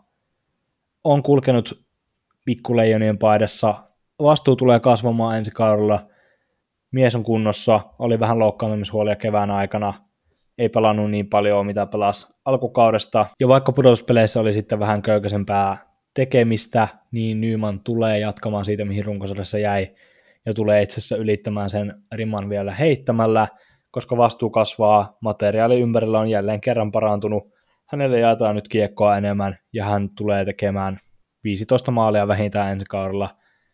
on kulkenut pikkuleijonien paidassa. Vastuu tulee kasvamaan ensi kaudella. Mies on kunnossa, oli vähän loukkaantumishuolia kevään aikana. Ei pelannut niin paljon, mitä pelasi alkukaudesta. Ja vaikka pudotuspeleissä oli sitten vähän köykäisempää tekemistä, niin Nyman tulee jatkamaan siitä, mihin runkosarjassa jäi. Ja tulee itse asiassa ylittämään sen riman vielä heittämällä, koska vastuu kasvaa. Materiaali ympärillä on jälleen kerran parantunut. Hänelle jaetaan nyt kiekkoa enemmän ja hän tulee tekemään viisitoista maalia vähintään ensi kaudella.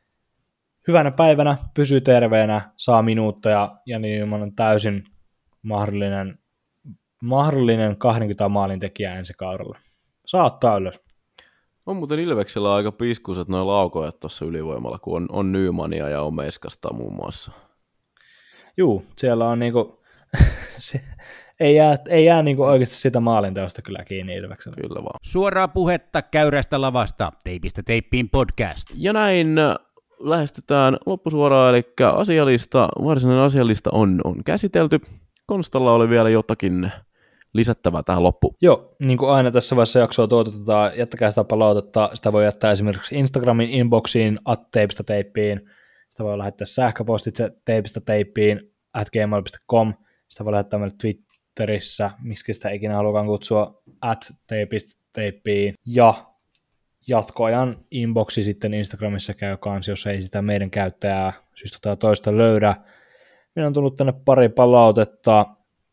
Hyvänä päivänä, pysyy terveenä, saa minuutteja ja Nyman on täysin mahdollinen, mahdollinen kaksikymmentä maalin tekijä ensi kaudella. Saa ottaa ylös. On muuten Ilveksellä aika piskuiset noin laukojat tuossa ylivoimalla, kun on, on Nymania ja on Meiskasta muun muassa. Juu, siellä on niinku, se, ei jää, ei jää niinku oikeasti sitä maalinteosta kyllä kiinni Ilveksellä. Kyllä vaan. Suoraa puhetta käyrästä lavasta, teipistä teippiin podcast. Ja näin lähestytään loppusuoraan, eli asialista, varsinainen asialista on, on käsitelty. Konstalla oli vielä jotakin lisättävää tähän loppuun. Joo, niin kuin aina tässä vaiheessa jaksoa tuotetaan, jättäkää sitä palautetta. Sitä voi jättää esimerkiksi Instagramin inboxiin, at teipistä teippiin. Sitä voi lähettää sähköpostitse teipistä teippiin, at gmail piste com. Sitä voi lähettää meille Twitterissä, miksi sitä ikinä halukaan kutsua, at teipistä teippiin. Ja jatkoajan inboxi sitten Instagramissa käy kanssa, jos ei sitä meidän käyttäjää syystä tai toista löydä. Minä on tullut tänne pari palautetta.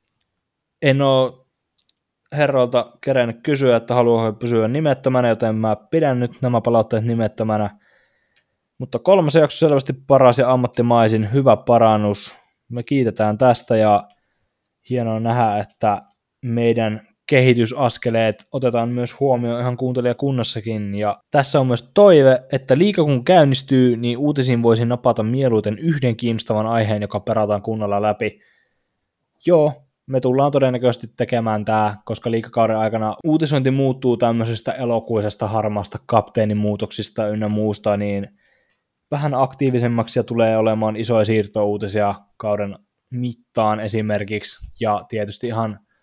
En ole herroilta kerennyt kysyä, että haluaa pysyä nimettömänä, joten mä pidän nyt nämä palautteet nimettömänä. Mutta kolmas jakso selvästi paras ja ammattimaisin, hyvä parannus. Me kiitetään tästä ja hienoa nähdä, että meidän kehitysaskeleet otetaan myös huomioon ihan kuuntelijakunnassakin. Ja tässä on myös toive, että liiga kun käynnistyy, niin uutisiin voisin napata mieluiten yhden kiinnostavan aiheen, joka perataan kunnolla läpi. Joo, me tullaan todennäköisesti tekemään tämä, koska liigakauden aikana uutisointi muuttuu tämmöisestä elokuisesta harmaasta kapteenimuutoksista ynnä muusta, niin vähän aktiivisemmaksi ja tulee olemaan isoja siirtouutisia kauden mittaan esimerkiksi, ja tietysti ihan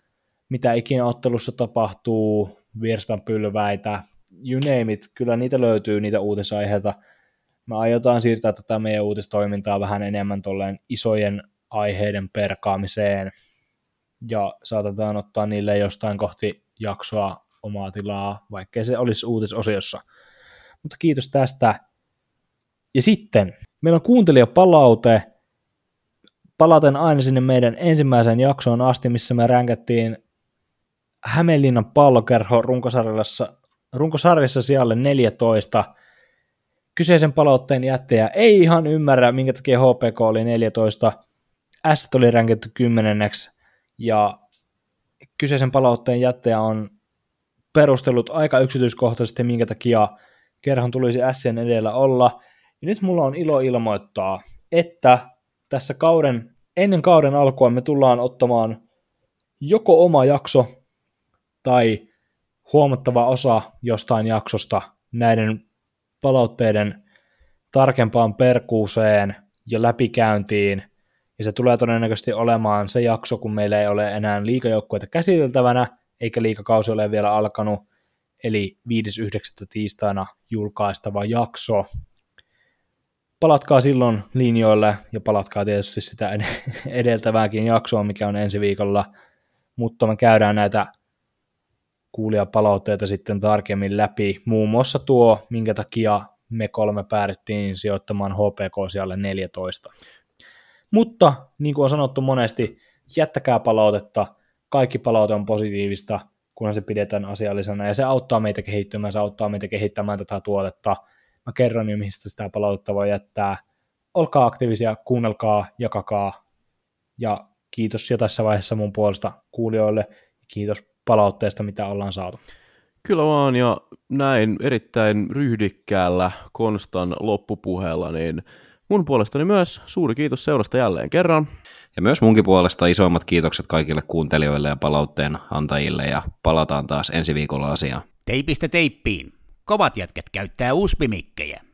mitä ikinä ottelussa tapahtuu, virstanpylväitä, you name it, kyllä niitä löytyy, niitä uutisaiheita. Me aiotaan siirtää tätä meidän uutistoimintaa vähän enemmän tolleen isojen aiheiden perkaamiseen, ja saatetaan ottaa niille jostain kohti jaksoa omaa tilaa, vaikkei se olisi uutisosiossa. Mutta kiitos tästä. Ja sitten, meillä on kuuntelijapalaute, palaten aina sinne meidän ensimmäiseen jaksoon asti, missä me ränkättiin Hämeenlinnan Pallokerho runkosarjassa, runkosarjassa sijalle neljätoista. Kyseisen palautteen jättäjä ei ihan ymmärrä, minkä takia H P K oli neljätoista. S oli ränkätty kymmenenneksi, ja kyseisen palautteen jättäjä on perustellut aika yksityiskohtaisesti, minkä takia kerhon tulisi Sien edellä olla. Ja nyt mulla on ilo ilmoittaa, että tässä kauden, ennen kauden alkua me tullaan ottamaan joko oma jakso tai huomattava osa jostain jaksosta näiden palautteiden tarkempaan perkuuseen ja läpikäyntiin. Ja se tulee todennäköisesti olemaan se jakso, kun meillä ei ole enää liigajoukkueita käsiteltävänä, eikä liigakausi ole vielä alkanut, eli viides yhdeksättä tiistaina julkaistava jakso. Palatkaa silloin linjoille ja palatkaa tietysti sitä edeltävääkin jaksoa, mikä on ensi viikolla, mutta me käydään näitä kuulijapalautteita sitten tarkemmin läpi. Muun muassa tuo, minkä takia me kolme päädyttiin sijoittamaan H P K sijalle neljätoista. Mutta niin kuin on sanottu monesti, jättäkää palautetta. Kaikki palaute on positiivista, kunhan se pidetään asiallisena, ja se auttaa meitä kehittymään, se auttaa meitä kehittämään tätä tuotetta. Mä kerron jo, mistä sitä palautetta voi jättää. Olkaa aktiivisia, kuunnelkaa, jakakaa, ja kiitos jo tässä vaiheessa mun puolesta kuulijoille, kiitos palautteesta, mitä ollaan saatu. Kyllä vaan, ja näin erittäin ryhdikkäällä Konstan loppupuheella, niin mun puolestani myös suuri kiitos seurasta jälleen kerran. Ja myös munkin puolesta isoimmat kiitokset kaikille kuuntelijoille ja palautteen antajille, ja palataan taas ensi viikolla asiaan. Teipistä teippiin. Kovat jätket käyttää uspimikkejä.